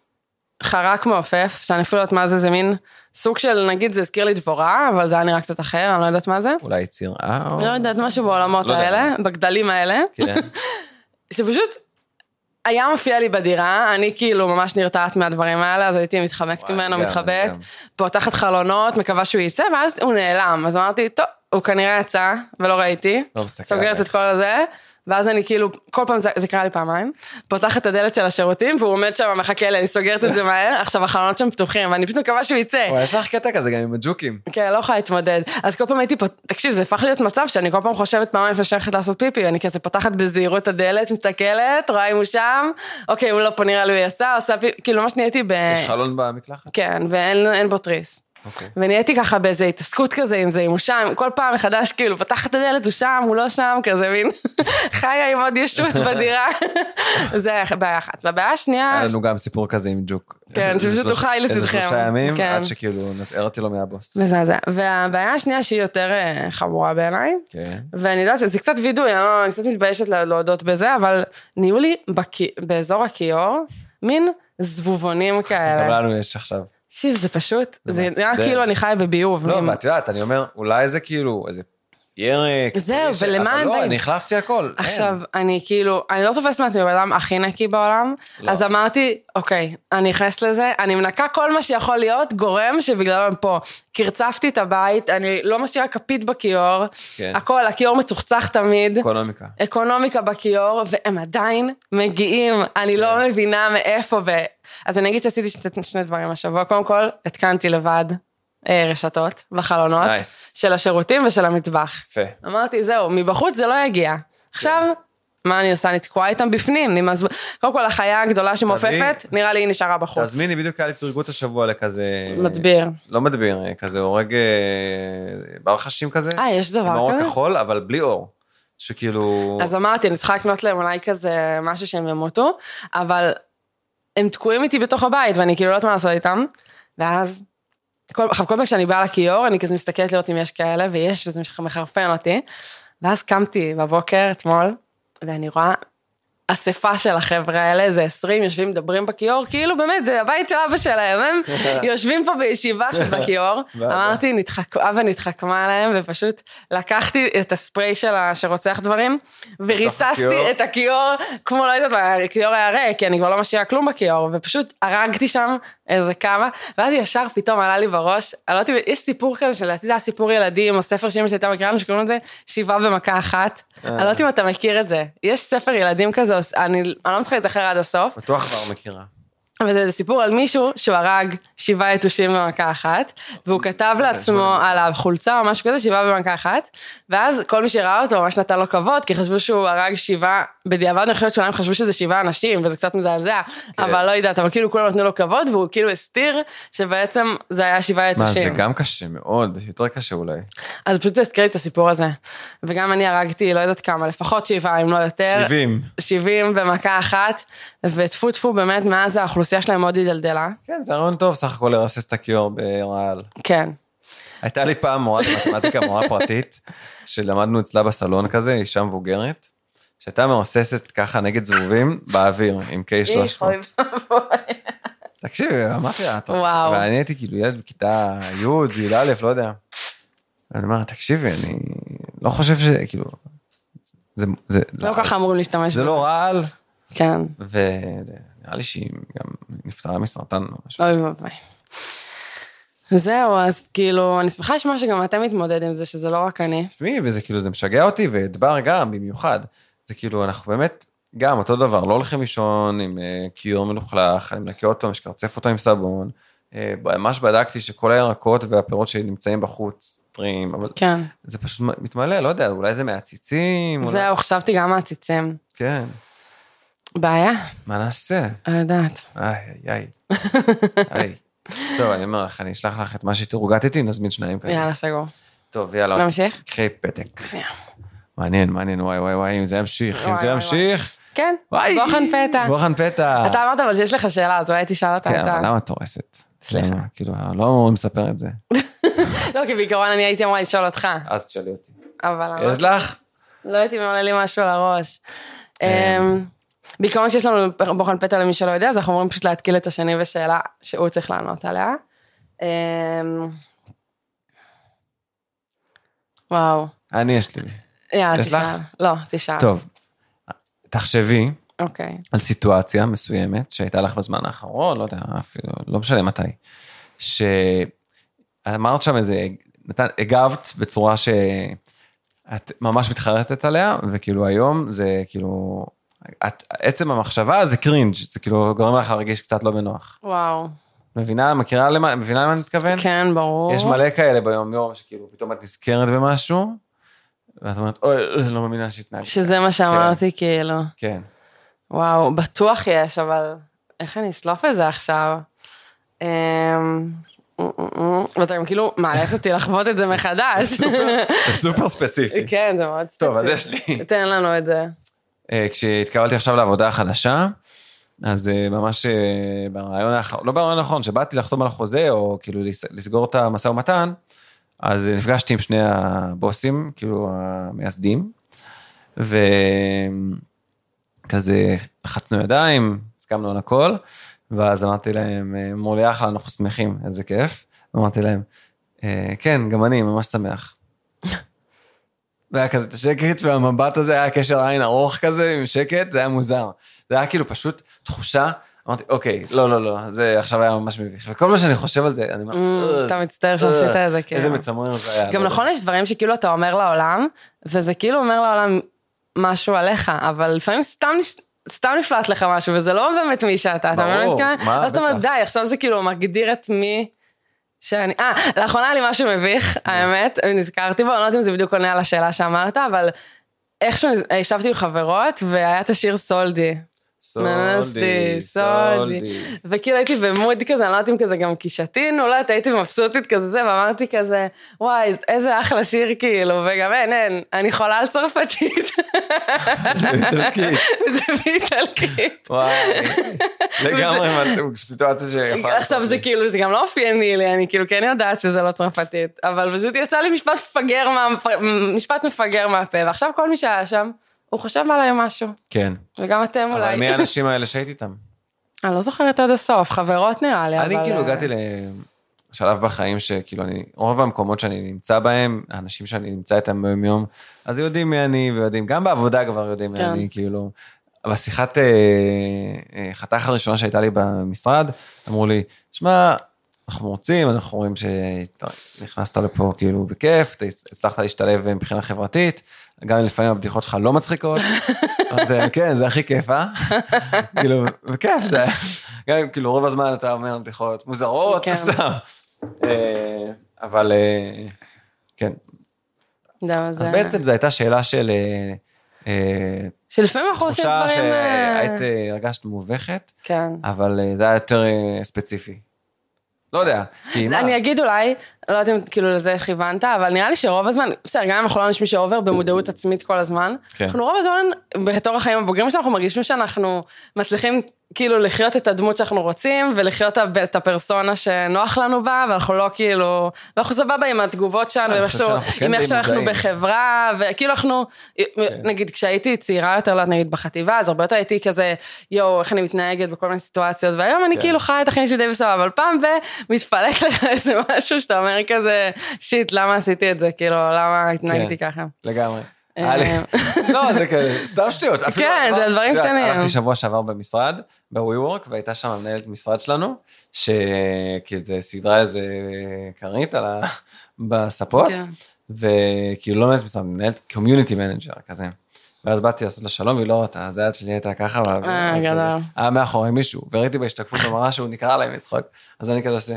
חרק מעופף, שאני אפילו לא יודעת מה זה, זה מין סוג של, נגיד, זה הזכיר לי דבורה, אבל זה היה נראה קצת אחר, אני לא יודעת מה זה. אולי יציר, לא יודעת, משהו בעולמות האלה, בגדלים האלה. כן. שפשוט היה מופיע לי בדירה, אני כאילו ממש נרתעת מהדברים האלה, אז הייתי מתחמקת ממנו, מתחבאת, פותחת חלונות, מקווה שהוא יצא, ואז הוא נעלם, אז אמרתי, טוב, הוא כנראה יצא, ולא ראיתי, סוגרת את כל הזה, ואז אני כאילו, כל פעם, זה קרה לי פעמיים, פותחת את הדלת של השירותים, והוא עומד שם, מחכה לי, אני סוגרת את זה מהר, עכשיו החלונות שם פתוחים, ואני פשוט מקווה שהוא יצא. יש לך קטע כזה גם עם הג'וקים. כן, לא יכולה להתמודד. אז כל פעם הייתי, תקשיב, זה הפך להיות מצב שאני כל פעם חושבת פעמיים לפני שהולכת לעשות פיפי, ואני כזה פותחת בזהירות הדלת, מסתכלת, רואה אם הוא שם, אוקיי, הוא לא פה נראה לי הוא יצא, עושה פיפי, כאילו ממש נהייתי יש חלון במקלחת? כן, ואין בו תריס. ונהייתי ככה באיזה התעסקות כזה עם זה, אם הוא שם, כל פעם מחדש כאילו, פתחת את הדלת, הוא שם, הוא לא שם, כזה מין, חיה עם עוד ישות בדירה. זה בעיה אחת. והבעיה השנייה... היה לנו גם סיפור כזה עם ג'וק. כן, שפשוט הוא חי לצדכם. איזה 3 ימים, עד שכאילו נתארתי לו מהבוס. וזה. והבעיה השנייה שהיא יותר חמורה בעיניי, ואני יודעת שזה קצת וידוי, אני קצת מתביישת להודות בזה, אבל נהיו לי באזור הכיור, מין זבובונים כאלה. גם לנו יש עכשיו. תקשיב, זה פשוט, זה נראה כאילו אני חי בביוב. לא, ואת יודעת, אני אומר, אולי זה כאילו, איזה ירק. זהו, ולמה הם באים? לא, באים? אני החלפתי הכל. עכשיו, אני כאילו, אני לא תופסת מעצמי באדם הכי נקי בעולם, אז אמרתי, אוקיי, אני נכנס לזה, אני מנקה כל מה שיכול להיות גורם שבגללו הם פה. קרצפתי את הבית, אני לא משאירה כפית בכיור, הכל, הכיור מצוחצח תמיד. אקונומיקה בכיור, והם עדיין מגיעים, אני לא מבינה מאיפה, אז אני אגיד שעשיתי שני דברים השבוע, קודם כל, התקנתי לבד רשתות בחלונות של השירותים ושל המטבח. אמרתי, זהו, מבחוץ זה לא יגיע. עכשיו, מה אני עושה? אני תקועה איתם בפנים. קודם כל, החיה הגדולה שמופפת, נראה לי היא נשארה בחוץ. תזמיני, בדיוק היה לי פרגות השבוע לכזה... מדביר. לא מדביר, כזה הורג ברחשים כזה. יש דבר כזה? עם אור כחול, אבל בלי אור. שכאילו... אז אמרתי, אני צריכה לקנות להם אולי כזה משהו שהם ימותו, אבל הם תקועים איתי בתוך הבית, ואני כאילו לא יודעת מה לעשות איתם, ואז... כל פעם כשאני באה לכיור, אני כזה מסתכלת לראות אם יש כאלה, ויש, וזה מחרפן אותי, ואז קמתי בבוקר אתמול, ואני רואה אספה של החבר'ה האלה, זה 20 יושבים, מדברים בכיור, כאילו באמת, זה הבית של אבא שלהם, הם יושבים פה בישיבה שבכיור, אמרתי, אבא נתחכמה עליהם, ופשוט לקחתי את הספרי שרוצח דברים, וריססתי את הכיור, כמו לא יודעת, הכיור היה ריק, כי אני כבר לא משאירה כלום בכיור, ופשוט הרגתי שם איזה כמה, ואז ישר פתאום עלה לי בראש, יש סיפור כזה, שלדעתי זה היה סיפור ילדים, או ספר שאמא שהייתה מכירה לנו, שקוראים לזה 7 במכה אחת, אני לא יודעת אם אתה מכיר את זה, יש ספר ילדים כזה, אני לא מצליחה להיזכר עד הסוף. בטוח כבר מכירה. אבל זה סיפור על מישהו שהוא הרג 7 יתושים במכה אחת, והוא כתב לעצמו על החולצה או משהו כזה, 7 במכה אחת, ואז כל מי שראה אותו ממש נתן לו כבוד, כי חשבו שהוא הרג 7, בדיעבד אני חושבת שאולי חשבו שזה 7 אנשים, וזה קצת מזעזע, אבל לא יודעת, אבל כאילו כולם נתנו לו כבוד, והוא כאילו הסתיר שבעצם זה היה 7 יתושים. מה, זה גם קשה מאוד, יותר קשה אולי. אז פשוט תזכרי את הסיפור הזה, וגם אני הרגתי, לא יודעת כמה, לפחות 7, אם לא יותר. 70 במכה אחת, וטפו טפו באמת מאז האוכלוסייה שלהם מאוד הידלדלה. כן, זה רעיון טוב, סך הכל לרסס את הכיור ברעל. כן. הייתה לי פעם מורה מתמטיקה, מורה פרטית, שלמדנו אצלה בסלון כזה, אישה מבוגרת, שהייתה מרססת ככה נגד זבובים באוויר, עם K300. תקשיבי, אמרתי לה, ואני הייתי כאילו ילד בכיתה י', י' לא יודע. אני אומר, תקשיבי, אני לא חושב שכאילו, זה לא ככה אמורים להשתמש. זה לא רעל. כן. ונראה לי שהיא גם נפטרה מסרטן או משהו. אוי ביי. זהו, אז כאילו, אני שמחה לשמוע שגם אתם מתמודד עם זה, שזה לא רק אני. שמי, וזה כאילו, זה משגע אותי, ודבר גם, במיוחד. זה כאילו, אנחנו באמת, גם אותו דבר, לא הולכים לישון עם כיור מלוכלך, אני מנקה אותו, משקרצף אותו עם סבון, ממש בדקתי שכל הירקות והפירות שנמצאים בחוץ, טרים, אבל כן. זה פשוט מתמלא, לא יודע, אולי זה מהציצים. זהו, חשבתי גם מהציצים. כן. בעיה? מה נעשה? לא יודעת. איי. טוב, אני אומר לך, אני אשלח לך את מה שתרוגתתי, נזמין שניים כזה. יאללה, סגור. טוב, יאללה. נמשיך? קחי פתק. מעניין, וואי, אם זה ימשיך, כן, בוחן פתע. בוחן פתע. אתה אמרת אבל שיש לך שאלה, אז אולי תשאל אותה. כן, אבל למה את הורסת? סליחה. כאילו, לא אמורים לספר את זה. לא, כי בעיקרון אני הייתי אמורה לשאול אותך. אז תשאלי אותי. אבל... יש לך? לא הייתי מעולה לי משהו לראש. בעיקרון שיש לנו בוחן פתע למי שלא יודע, אז אנחנו אמורים פשוט להתקיל את השני בשאלה שהוא צריך לענות עליה. וואו. יש לי. יאללה, תשאל. לא, תשאל. טוב, תחשבי אוקיי. על סיטואציה מסוימת שהייתה לך בזמן האחרון, לא יודע, אפילו, לא משנה מתי, שאמרת שם איזה, הגבת בצורה שאת ממש מתחרטת עליה, וכאילו היום זה כאילו, עצם המחשבה זה קרינג', זה כאילו גורם לך להרגיש קצת לא בנוח. וואו. מבינה למה אני מתכוון? כן, ברור. יש מלא כאלה ביום יום, שכאילו פתאום את נזכרת במשהו, ואת אומרת, אוי, לא מאמינה שהתנהגת. שזה מה שאמרתי, כאילו. כן. וואו, בטוח יש, אבל איך אני אסלוף את זה עכשיו? ואתה גם כאילו מאלץ אותי לחוות את זה מחדש. זה סופר ספציפי. כן, זה מאוד ספציפי. טוב, אז יש לי. תן לנו את זה. כשהתקבלתי עכשיו לעבודה החדשה, אז ממש ברעיון האחרון, לא ברעיון האחרון, שבאתי לחתום על החוזה, או כאילו לסגור את המשא ומתן, אז נפגשתי עם שני הבוסים, כאילו המייסדים, וכזה לחצנו ידיים, הסכמנו על הכל, ואז אמרתי להם, אמרו לי אחלה, אנחנו שמחים, איזה כיף, ואמרתי להם, כן, גם אני ממש שמח. והיה כזה את השקט, והמבט הזה היה קשר עין ארוך כזה, עם שקט, זה היה מוזר. זה היה כאילו פשוט תחושה, אמרתי, אוקיי, לא, זה עכשיו היה ממש מביך. וכל מה שאני חושב על זה, אני אומר, אתה מצטער שעשית את זה, כאילו. איזה מצמרר זה היה. גם נכון, יש דברים שכאילו אתה אומר לעולם, וזה כאילו אומר לעולם משהו עליך, אבל לפעמים סתם נפלט לך משהו, וזה לא באמת מי שאתה. ברור, מה? אז אתה אומר, די, עכשיו זה כאילו מגדיר את מי שאני... לאחרונה היה לי משהו מביך, האמת, נזכרתי בו, אני לא יודעת אם זה בדיוק עונה על השאלה שאמרת, אבל איכשהו ישבתי עם חברות, והיה את השיר סולדי. סולדי. וכאילו הייתי במוד כזה, אני לא יודעת אם כזה גם קישתין, אולי הייתי מבסוטית כזה זה, ואמרתי כזה, וואי, איזה אחלה שיר כאילו, וגם אין, אני חולה על צרפתית. זה באיטלקית. זה באיטלקית. וואי, לגמרי סיטואציה שיכולה. עכשיו זה כאילו, זה גם לא אופייני לי, אני כאילו כן יודעת שזה לא צרפתית, אבל פשוט יצא לי משפט מפגר מהפה, ועכשיו כל מי שהיה שם, הוא חושב עליי משהו. כן. וגם אתם אולי. אבל מי האנשים האלה שהיית איתם? אני לא זוכרת עד הסוף, חברות נראה לי, אני אבל... כאילו הגעתי לשלב בחיים שכאילו רוב המקומות שאני נמצא בהם, האנשים שאני נמצא איתם ביום יום, אז יודעים מי אני ויודעים, גם בעבודה כבר יודעים מי אני, כאילו, בשיחת חתך הראשונה שהייתה לי במשרד, אמרו לי, שמע, אנחנו רואים שנכנסת לפה כאילו בכיף, הצלחת להשתלב מבחינה חברתית, גם לפעמים הבדיחות שלך לא מצחיקות, כן, זה הכי כיף, כאילו, בכיף זה, גם כאילו רוב הזמן אתה אומר בדיחות מוזרות, סתם, אבל כן. אז בעצם זו הייתה שאלה של... שלפעמים אנחנו עושים דברים... תחושה שהיית הרגשת מובכת, אבל זה היה יותר ספציפי. לא יודע. אני אגיד אולי, לא יודעת אם כאילו לזה כיוונת, אבל נראה לי שרוב הזמן, בסדר, גם אם אנחנו לא אנשים שעובר במודעות עצמית כל הזמן, אנחנו רוב הזמן, בתור החיים הבוגרים שלנו, אנחנו מרגישים שאנחנו מצליחים כאילו לחיות את הדמות שאנחנו רוצים, ולחיות את הפרסונה שנוח לנו בה, ואנחנו לא כאילו, ואנחנו סבבה עם התגובות שלנו, עם איך שאנחנו בחברה, וכאילו אנחנו, נגיד, כשהייתי צעירה יותר, נגיד בחטיבה, אז הרבה יותר הייתי כזה, איך אני מתנהגת בכל מיני סיטואציות, והיום אני כאילו חי את החיים שלי די בסבבה, אבל פעם מתפלק לך איזה משהו שאתה אומר כזה, שיט, למה עשיתי את זה? כאילו, למה התנהגתי ככה? לגמרי. לא, זה כאלה, סתם שטויות. כן, זה דברים קטנים. הלכתי שבוע שעבר במשרד, ב-WeWork, והייתה שם מנהלת משרד שלנו, שכאילו סדרה איזה קרנית בספות, וכאילו לא מנהלת משרד, מנהלת קומיוניטי מנג'ר כזה. ואז באתי לעשות לה שלום, והיא לא ראתה, אז היד שלי הייתה ככה, גדול. היה מאחורי מישהו, וראיתי בהשתקפות במראה שהוא נקרא עליי מצחוק, אז אני כזה עושה,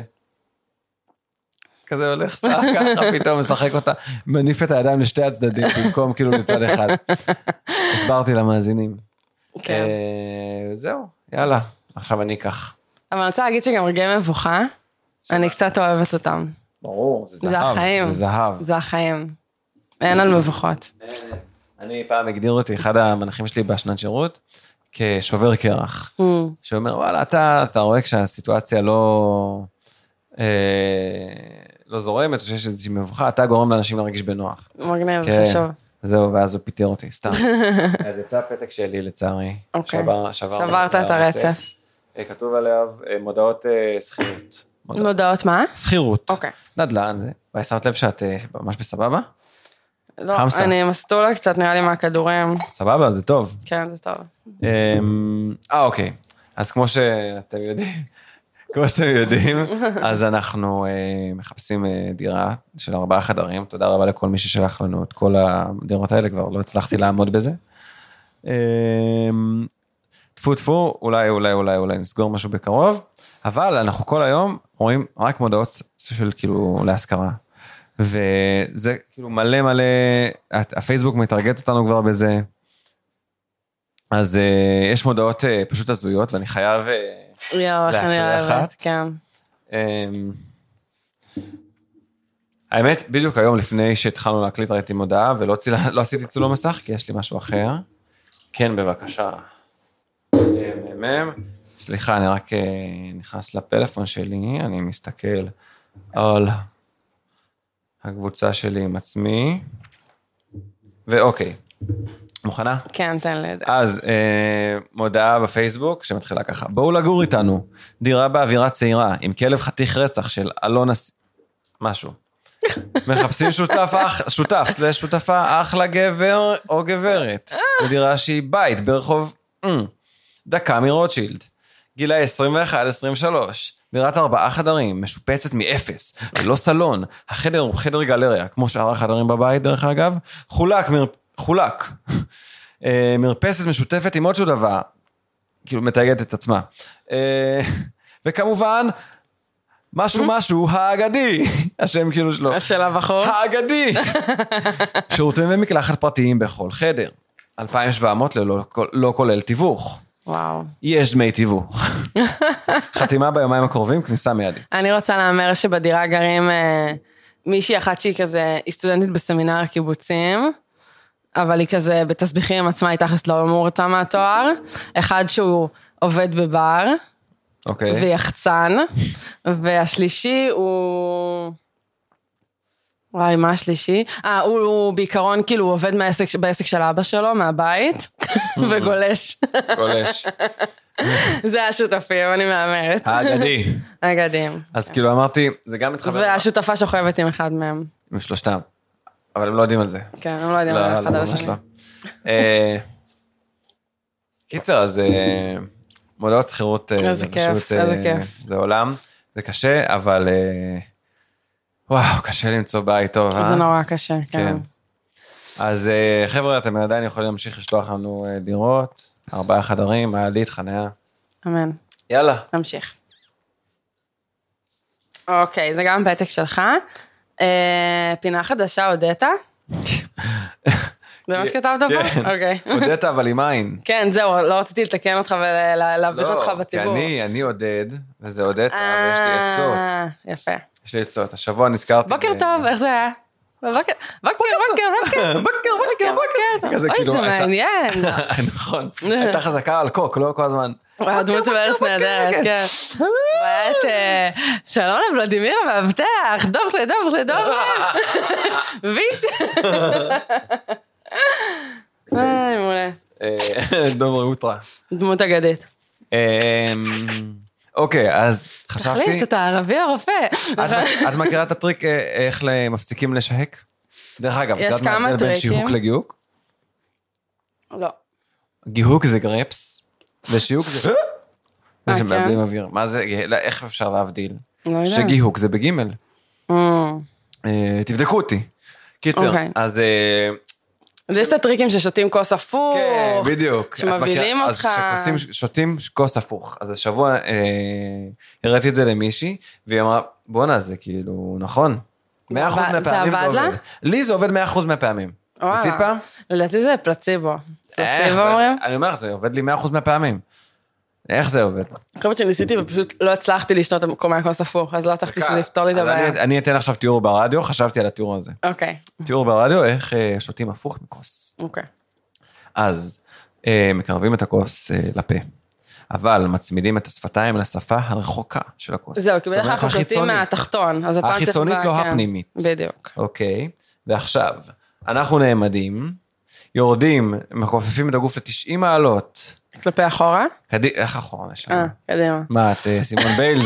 כזה הולך סתם ככה, פתאום משחק אותה, מניף את הידיים לשתי הצדדים, במקום כאילו לצד אחד. הסברתי למאזינים. זהו, יאללה, עכשיו אני אקח. אבל אני רוצה להגיד שגם רגעי מבוכה, אני קצת אוהבת אותם. ברור, זה זהב. זה החיים. זה זהב. זה החיים. אין על מבוכות. אני פעם הגדיר אותי, אחד המנחים שלי בשנת שירות, כשובר קרח. שאומר, וואלה, אתה רואה כשהסיטואציה לא זורמת, או שיש איזושהי מבוכה, אתה גורם לאנשים להרגיש בנוח. מגניב, חשוב. זהו, ואז הוא פיתר אותי, סתם. אז יצא הפתק שלי, לצערי. שברת את הרצף. כתוב עליו מודעות שכירות. מודעות מה? שכירות. נדל"ן זה. ושמת לב שאת ממש בסבבה? לא, אני מסתולה קצת, נראה לי מהכדורים. סבבה, זה טוב. כן, זה טוב. אוקיי. אז כמו שאתם יודעים, אז אנחנו מחפשים דירה של 4 חדרים. תודה רבה לכל מי ששלח לנו את כל הדירות האלה, כבר לא הצלחתי לעמוד בזה. טפו, אולי נסגור משהו בקרוב, אבל אנחנו כל היום רואים רק מודעות של כאילו להשכרה. וזה כאילו מלא, הפייסבוק מתרגט אותנו כבר בזה, אז יש מודעות פשוט הזויות, ואני חייב להקריא אחת. כן. האמת, בדיוק היום לפני שהתחלנו להקליט ראיתי מודעה, ולא עשיתי צילום מסך, כי יש לי משהו אחר. כן, בבקשה. סליחה, אני רק נכנס לפלאפון שלי, אני מסתכל על הקבוצה שלי עם עצמי, ואוקיי, מוכנה? כן, תן לי. אז מודעה בפייסבוק שמתחילה ככה, בואו לגור איתנו, דירה באווירה צעירה, עם כלב חתיך רצח של אלונה, משהו. מחפשים שותפה, אחלה גבר או גברת, בדירה שהיא בית ברחוב דקה מרוטשילד, גילאי 21-23, דירת 4 חדרים, משופצת מאפס, ללא סלון, החדר הוא חדר גלריה, כמו שאר החדרים בבית דרך אגב, חולק, מרפסת משותפת עם עוד שותפה, כאילו מתייגת את עצמה, וכמובן, משהו האגדי, השם כאילו שלו, של הבחור, האגדי, שירותים ומקלחת פרטיים בכל חדר, 2,700 לא כולל תיווך. וואו. יש דמי תיווך. חתימה ביומיים הקרובים, כניסה מיידית. אני רוצה לאמר שבדירה גרים מישהי אחת שהיא כזה, היא סטודנטית בסמינר הקיבוצים, אבל היא כזה בתסביכים עם עצמה, היא תחת לא אמור אותה מהתואר, אחד שהוא עובד בבר, ויחצן, והשלישי הוא וואי, מה השלישי? הוא בעיקרון כאילו הוא עובד בעסק של אבא שלו, מהבית, וגולש. גולש. זה השותפים, אני מאמרת. האגדי. האגדים. אז כאילו אמרתי, זה גם מתחבר. והשותפה שוכבת עם אחד מהם. עם שלושתם. אבל הם לא יודעים על זה. כן, הם לא יודעים על אחד על השני. קיצר, אז מודעות שכירות. איזה כיף, איזה כיף. זה עולם, זה קשה, אבל וואו, קשה למצוא בית טוב, זה נורא קשה, כן. אז חבר'ה, אתם עדיין יכולים להמשיך לשלוח לנו דירות, 4 חדרים, מעלית, חניה. אמן. יאללה. נמשיך. אוקיי, זה גם פתק שלך. פינה חדשה, הודית? זה מה שכתבת פה? כן, אוקיי. הודית אבל עם עין. כן, זהו, לא רציתי לתקן אותך ולהביך אותך בציבור. כי אני עודד, וזה הודית, ויש לי עצות. יפה. יש לי עצות, השבוע נזכרתי. בוקר טוב, איך זה היה? בוקר. אוי, זה מעניין. נכון, הייתה חזקה על קוק, לא כל הזמן. הדמות בארץ נהדרת, כן. והיה את שלום לבלדימיר המאבטח, דוב לדוב. ויץ'. מעולה. דוב ראוטרה. דמות אגדית. אוקיי, אז חשבתי... תחליט, אתה ערבי או רופא? את מכירה את הטריק איך מפסיקים לשהק? דרך אגב, יש כמה בין טריקים. שיהוק לגיהוק? לא. גיהוק זה גרפס, ושיהוק זה... זה כן. שמאבדים אוויר. מה זה, איך אפשר להבדיל? לא יודע. שגיהוק זה בגימל. תבדקו אותי. קיצר, אז... אז יש את הטריקים ששותים כוס הפוך. כן, בדיוק. שמבהילים אותך. אז שותים כוס הפוך. אז השבוע הראיתי את זה למישהי, והיא אמרה, בוא'נה, זה כאילו, נכון. 100% מהפעמים זה עובד. לי זה עובד 100% מהפעמים. עשית פעם? לדעתי זה פלציבו. פלציבו אומרים? אני אומר, זה עובד לי 100% מהפעמים. איך זה עובד? אני חושבת שניסיתי ופשוט לא הצלחתי לשתות מהכוס הפוך, אז לא הצלחתי שזה יפתור לי את הבעיה. אני אתן עכשיו תיאור ברדיו, חשבתי על התיאור הזה. אוקיי. תיאור ברדיו, איך שותים הפוך מכוס. אוקיי. אז מקרבים את הכוס לפה, אבל מצמידים את השפתיים לשפה הרחוקה של הכוס. זהו, כי בדרך כלל אנחנו שותים מהתחתון. החיצונית לא הפנימית. בדיוק. אוקיי, ועכשיו, אנחנו נעמדים, יורדים, מכופפים את הגוף ל-90 מעלות. כלפי אחורה? איך אחורה נשמע? קדימה. מה, את סימון ביילס?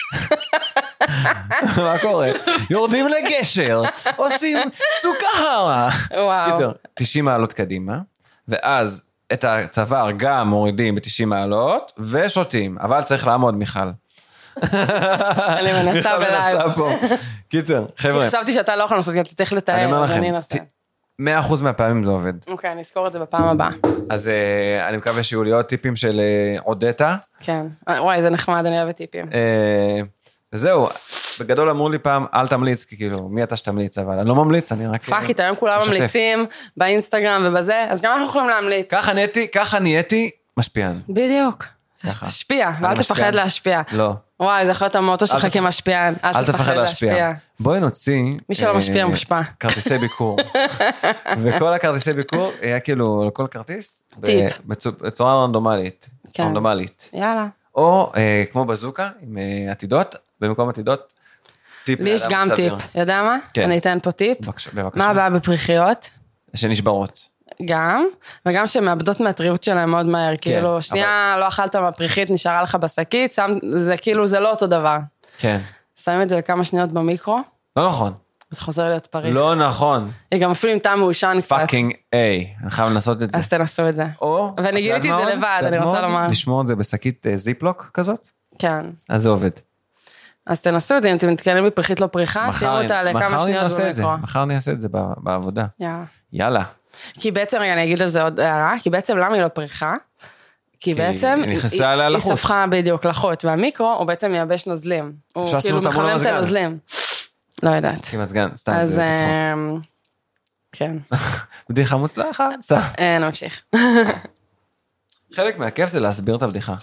מה קורה? יורדים לגשר, עושים סוכר. וואו. קיצר, 90 מעלות קדימה, ואז את הצוואר גם מורידים ב-90 מעלות, ושותים, אבל צריך לעמוד, מיכל. אני מנסה בלייב. קיצר, חבר'ה. חשבתי שאתה לא יכול לעשות, כי אתה צריך לתאר, אז אני אנסה. 100% מהפעמים זה עובד. אוקיי, אני אזכור את זה בפעם הבאה. אז אני מקווה שיהיו לי עוד טיפים של עודתה. כן, וואי, זה נחמד, אני אוהבת טיפים. וזהו, בגדול אמרו לי פעם, אל תמליץ, כי כאילו, מי אתה שתמליץ, אבל אני לא ממליץ, אני רק... פאקית, היום כולם ממליצים באינסטגרם ובזה, אז גם אנחנו יכולים להמליץ. ככה נהייתי משפיען. בדיוק. תשפיע, ואל תפחד להשפיע. לא. וואי, זה יכול להיות המוטו שלך כמשפיען, אל תפחד להשפיע. בואי נוציא... מי שלא משפיע מושפע. כרטיסי ביקור. וכל הכרטיסי ביקור, היה כאילו, לכל כרטיס, טיפ. בצורה רנדומלית. רנדומלית. יאללה. או כמו בזוקה, עם עתידות, במקום עתידות, טיפ. לי יש גם טיפ, יודע מה? אני אתן פה טיפ. בבקשה. מה הבא בפריחיות? שנשברות. גם, וגם שמאבדות מהטריות שלהם מאוד מהר, כאילו, שנייה לא אכלת מהפריחית, נשארה לך בשקית, זה כאילו, זה לא אותו דבר. כן. שמים את זה לכמה שניות במיקרו. לא נכון. אז חוזר להיות פריך. לא נכון. גם אפילו עם טעם מעושן קצת. פאקינג איי, אני חייב לנסות את זה. אז תנסו את זה. או, ואני גיליתי את זה לבד, אני רוצה לומר. לשמור את זה בשקית זיפלוק כזאת? כן. אז זה עובד. אז תנסו את זה, אם אתם מתקנים בפריחית לא פריחה, שימו אותה לכמה שניות במיקרו. מחר אני אעשה את זה בעבודה. יאללה. כי בעצם, רגע, אני אגיד על זה עוד הערה, כי בעצם למה היא לא פריחה? כי בעצם היא ספחה בדיוק לחוט, והמיקרו הוא בעצם מייבש נוזלים. הוא כאילו מחמם את הנוזלים. לא יודעת. עם הסגן, סתם זה בצחוק. כן. בדיחה מוצלחת, סתם. נמשיך. חלק מהכיף זה להסביר את הבדיחה.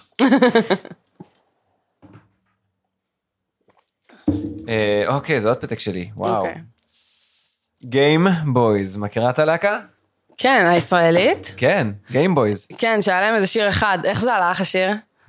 אוקיי, זה עוד פתק שלי, וואו. גיים בויז, מכירה את הלהקה? כן, הישראלית. כן, גיים בויז. כן, שהיה להם איזה שיר אחד, איך זה הלך השיר?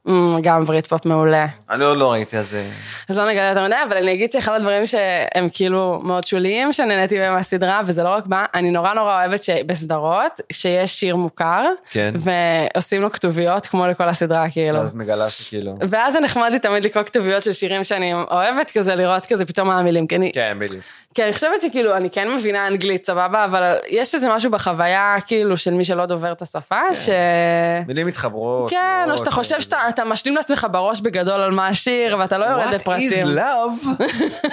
גם ברית פופ מעולה. אני עוד לא ראיתי, אז לא נגלה יותר מדי, אבל אני אגיד שאחד הדברים שהם כאילו מאוד שוליים, שנהניתי מהם מהסדרה, וזה לא רק בה, אני נורא אוהבת שבסדרות, שיש שיר מוכר, ועושים לו כתוביות, כמו לכל הסדרה, כאילו. אז מגלה שכאילו. ואז זה נחמד לי תמיד לקרוא כתוביות של שירים שאני אוהבת, כזה לראות כזה פתאום מה המילים. כן, בדיוק. כי אני חושבת שכאילו, אני כן מבינה אנגלית, סבבה, אבל יש איזה משהו בחוויה, כאילו, של מי שלא דובר את השפה, מילים מתחברות. כן, או שאתה חושב שאתה משלים לעצמך בראש בגדול על מה השיר, ואתה לא יורד לפרטים. What is love?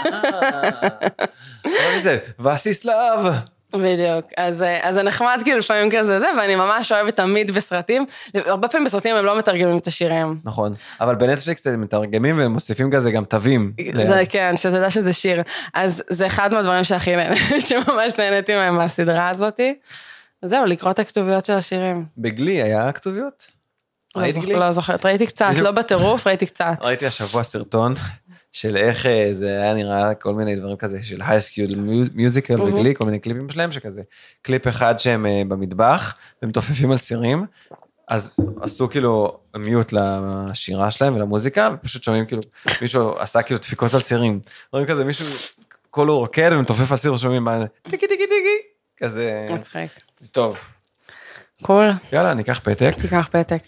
מה זה? What is love? בדיוק, אז זה נחמד כאילו לפעמים כזה זה, ואני ממש אוהבת תמיד בסרטים, הרבה פעמים בסרטים הם לא מתרגמים את השירים. נכון, אבל בנטפליקס הם מתרגמים והם מוסיפים כזה גם תווים. זה כן, שאתה יודע שזה שיר, אז זה אחד מהדברים שהכי שממש נהניתי מהם מהסדרה הזאת, זהו, לקרוא את הכתוביות של השירים. בגלי היה כתוביות? לא זוכרת, ראיתי קצת, לא בטירוף, ראיתי קצת. ראיתי השבוע סרטון של איך זה היה נראה כל מיני דברים כזה, של הייסקיול מיוזיקל בגלי, כל מיני קליפים שלהם שכזה, קליפ אחד שהם במטבח, והם תופפים על סירים, אז עשו כאילו מיוט לשירה שלהם ולמוזיקה, ופשוט שומעים כאילו, מישהו עשה כאילו דפיקות על סירים, רואים כזה מישהו, כל הוא רוקד ומתופף על סיר, ושומעים מה, טיקי טיקי טיקי, כזה, מצחיק. זה טוב. קול. יאללה, ניקח פתק. תיקח פתק.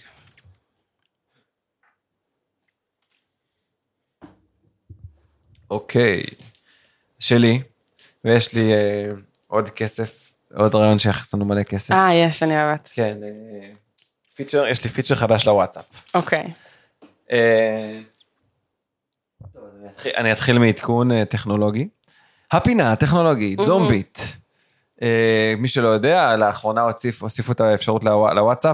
אוקיי, שלי, ויש לי עוד כסף, עוד רעיון שיחס לנו מלא כסף. יש, אני אוהבת. כן, פיצ'ר, יש לי פיצ'ר חדש לוואטסאפ. אוקיי. אני אתחיל מעדכון טכנולוגי. הפינה הטכנולוגית, זומבית. מי שלא יודע, לאחרונה הוסיפו את האפשרות לוואטסאפ,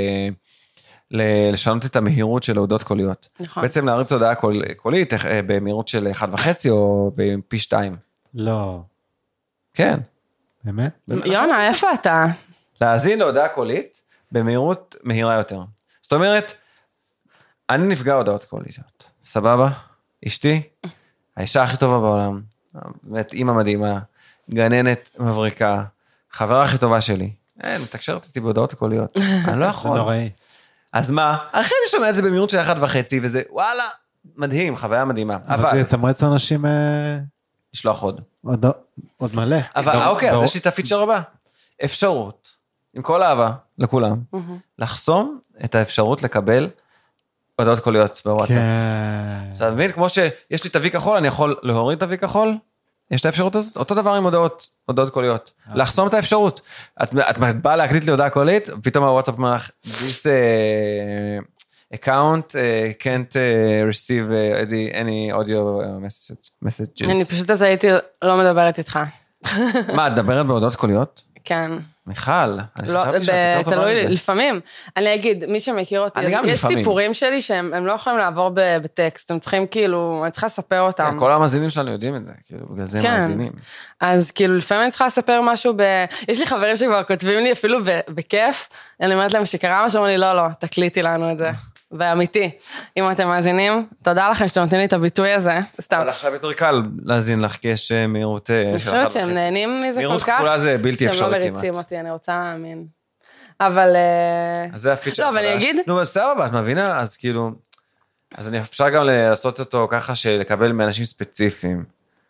לשנות את המהירות של הודעות קוליות. נכון. בעצם להריץ הודעה קולית במהירות של 1.5 או בפי 2. לא. כן. באמת? יונה, איפה אתה? להאזין להודעה קולית במהירות מהירה יותר. זאת אומרת, אני נפגע הודעות קוליות. סבבה? אשתי, האישה הכי טובה בעולם, באמת אימא מדהימה, גננת מבריקה, חברה הכי טובה שלי. מתקשרת איתי בהודעות קוליות. אני לא יכול. זה נוראי. אז מה? אחרי אני שומע את זה במהירות של 1.5, וזה וואלה, מדהים, חוויה מדהימה. אבל זה יתמרץ אנשים... לשלוח עוד. עוד מלא. אבל אוקיי, אז יש לי את הפיצ'ר הבא. אפשרות, עם כל אהבה לכולם, לחסום את האפשרות לקבל הודעות קוליות בוואטסאפ. כן. אתה מבין? כמו שיש לי תווי כחול, אני יכול להוריד תווי כחול, יש את האפשרות הזאת? אותו דבר עם הודעות קוליות. לחסום את האפשרות. את באה להקליט לי הודעה קולית, פתאום הוואטסאפ אומר לך, this account can't receive any audio messages. אני פשוט אז הייתי לא מדברת איתך. מה, את מדברת בהודעות קוליות? כן. מיכל, אני חשבתי שאת יותר טובה תלוי, מזה. לפעמים. אני אגיד, מי שמכיר אותי, יש סיפורים שלי שהם לא יכולים לעבור בטקסט, הם צריכים כאילו, אני צריכה לספר אותם. כל המאזינים שלנו יודעים את זה, כאילו, בגלל זה הם מאזינים. אז כאילו, לפעמים אני צריכה לספר משהו יש לי חברים שכבר כותבים לי אפילו בכיף, אני אומרת להם שקרה משהו, אומרים לי, לא, תקליטי לנו את זה. ואמיתי, אם אתם מאזינים, תודה לכם שאתם נותנים לי את הביטוי הזה, סתם. אבל עכשיו יותר קל להזין לך, כי יש מהירות של 1.5. אני חושבת שהם נהנים מזה כל כך. מהירות כפולה זה בלתי אפשרי כמעט. שהם לא מריצים אותי, אני רוצה להאמין. אבל... אז זה הפיצ'ר החדש. לא, אבל אני אגיד... נו, בסדר, את מבינה? אז כאילו... אז אני אפשר גם לעשות אותו ככה שלקבל מאנשים ספציפיים.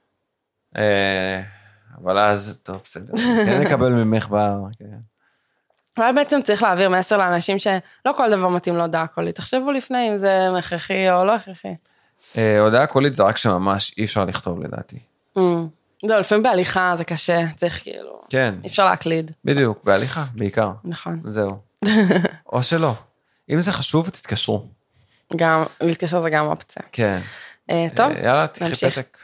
אבל אז, טוב, בסדר. כן נקבל ממך כן. אבל בעצם צריך להעביר מסר לאנשים שלא כל דבר מתאים להודעה קולית. תחשבו לפני אם זה הכרחי או לא הכרחי. הודעה קולית זה רק שממש אי אפשר לכתוב לדעתי. לא, לפעמים בהליכה זה קשה, צריך כאילו... כן. אי אפשר להקליד. בדיוק, בהליכה, בעיקר. נכון. זהו. או שלא. אם זה חשוב, תתקשרו. גם, להתקשר זה גם אופציה. כן. טוב, יאללה, תקחי פתק.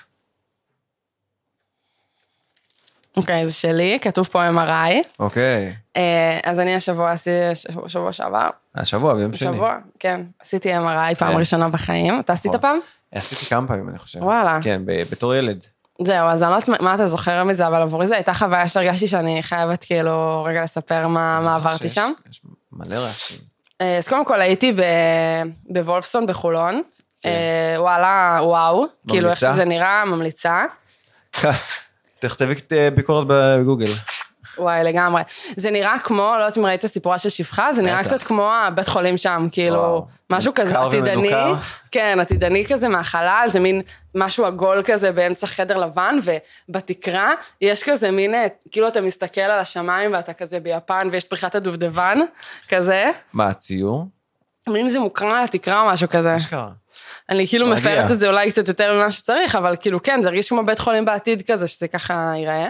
אוקיי, זה שלי, כתוב פה MRI. אוקיי. אז אני השבוע עשיתי, שבוע שעבר. השבוע, ביום שני. השבוע, כן. עשיתי MRI פעם ראשונה בחיים. אתה עשית פעם? עשיתי כמה פעמים, אני חושב. וואלה. כן, בתור ילד. זהו, אז אני לא יודעת מה אתה זוכר מזה, אבל עבורי זה הייתה חוויה שהרגשתי שאני חייבת כאילו רגע לספר מה עברתי שם. יש מלא רעשים. אז קודם כל הייתי בוולפסון בחולון. וואלה, וואו. כאילו איך שזה נראה, ממליצה. תכתבי ביקורת בגוגל. וואי, לגמרי. זה נראה כמו, לא יודעת אם ראית סיפורה של שפחה, זה נראה קצת כמו הבית חולים שם, כאילו, משהו כזה עתידני, כן, עתידני כזה מהחלל, זה מין משהו עגול כזה באמצע חדר לבן, ובתקרה יש כזה מין, כאילו אתה מסתכל על השמיים, ואתה כזה ביפן, ויש פריחת הדובדבן, כזה. מה, הציור? מין זה מוקרן על התקרה או משהו כזה. אשכרה. אני כאילו מפארת את זה אולי קצת יותר ממה שצריך, אבל כאילו כן, זה הרגיש כמו בית חולים בעתיד כזה, שזה ככה ייראה.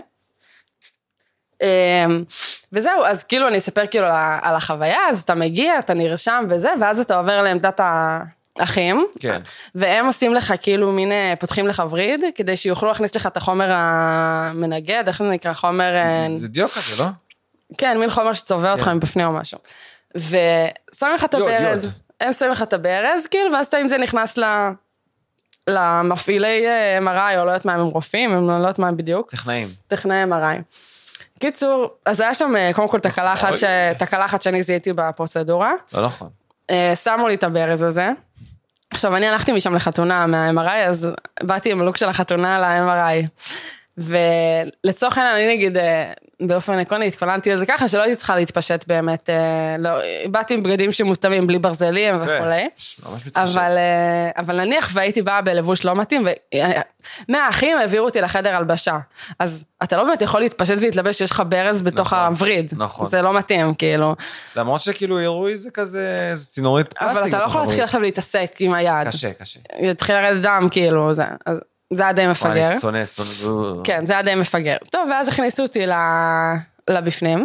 וזהו, אז כאילו אני אספר כאילו על החוויה, אז אתה מגיע, אתה נרשם וזה, ואז אתה עובר לעמדת האחים, כן. והם עושים לך כאילו מין, פותחים לך וריד, כדי שיוכלו להכניס לך את החומר המנגד, איך זה נקרא, חומר... זה דיוק כזה, לא? כן, מין חומר שצובע אותך מבפנים או משהו. ושמים לך את הברז, הם שמים לך את הברז, כאילו, ואז אתה עם זה נכנס למפעילי MRI, או לא יודעת מה הם רופאים, הם לא יודעת מה הם בדיוק. טכנאי MRI. קיצור, אז היה שם קודם כל תקלה אחת שאני זיהיתי בפרוצדורה. לא נכון. שמו לי את הברז הזה. עכשיו, אני הלכתי משם לחתונה מה-MRI, אז באתי עם הלוק של החתונה ל-MRI. ולצורך העניין, אני נגיד, באופן עקרוני, התכוננתי לזה ככה, שלא הייתי צריכה להתפשט באמת, לא, באתי עם בגדים שמותאמים, בלי ברזלים וכולי. אבל נניח והייתי באה בלבוש לא מתאים, מהאחים העבירו אותי לחדר הלבשה. אז אתה לא באמת יכול להתפשט ולהתלבש, יש לך ברז בתוך הווריד. נכון. זה לא מתאים, כאילו. למרות שכאילו ירוי זה כזה, זה צינורית פלסטיק. אבל אתה לא יכול להתחיל עכשיו להתעסק עם היד. קשה. יתחיל לרדת דם, כאילו, זה. זה היה די מפגר. אני שונא. כן, זה היה די מפגר. טוב, ואז הכניסו אותי לבפנים,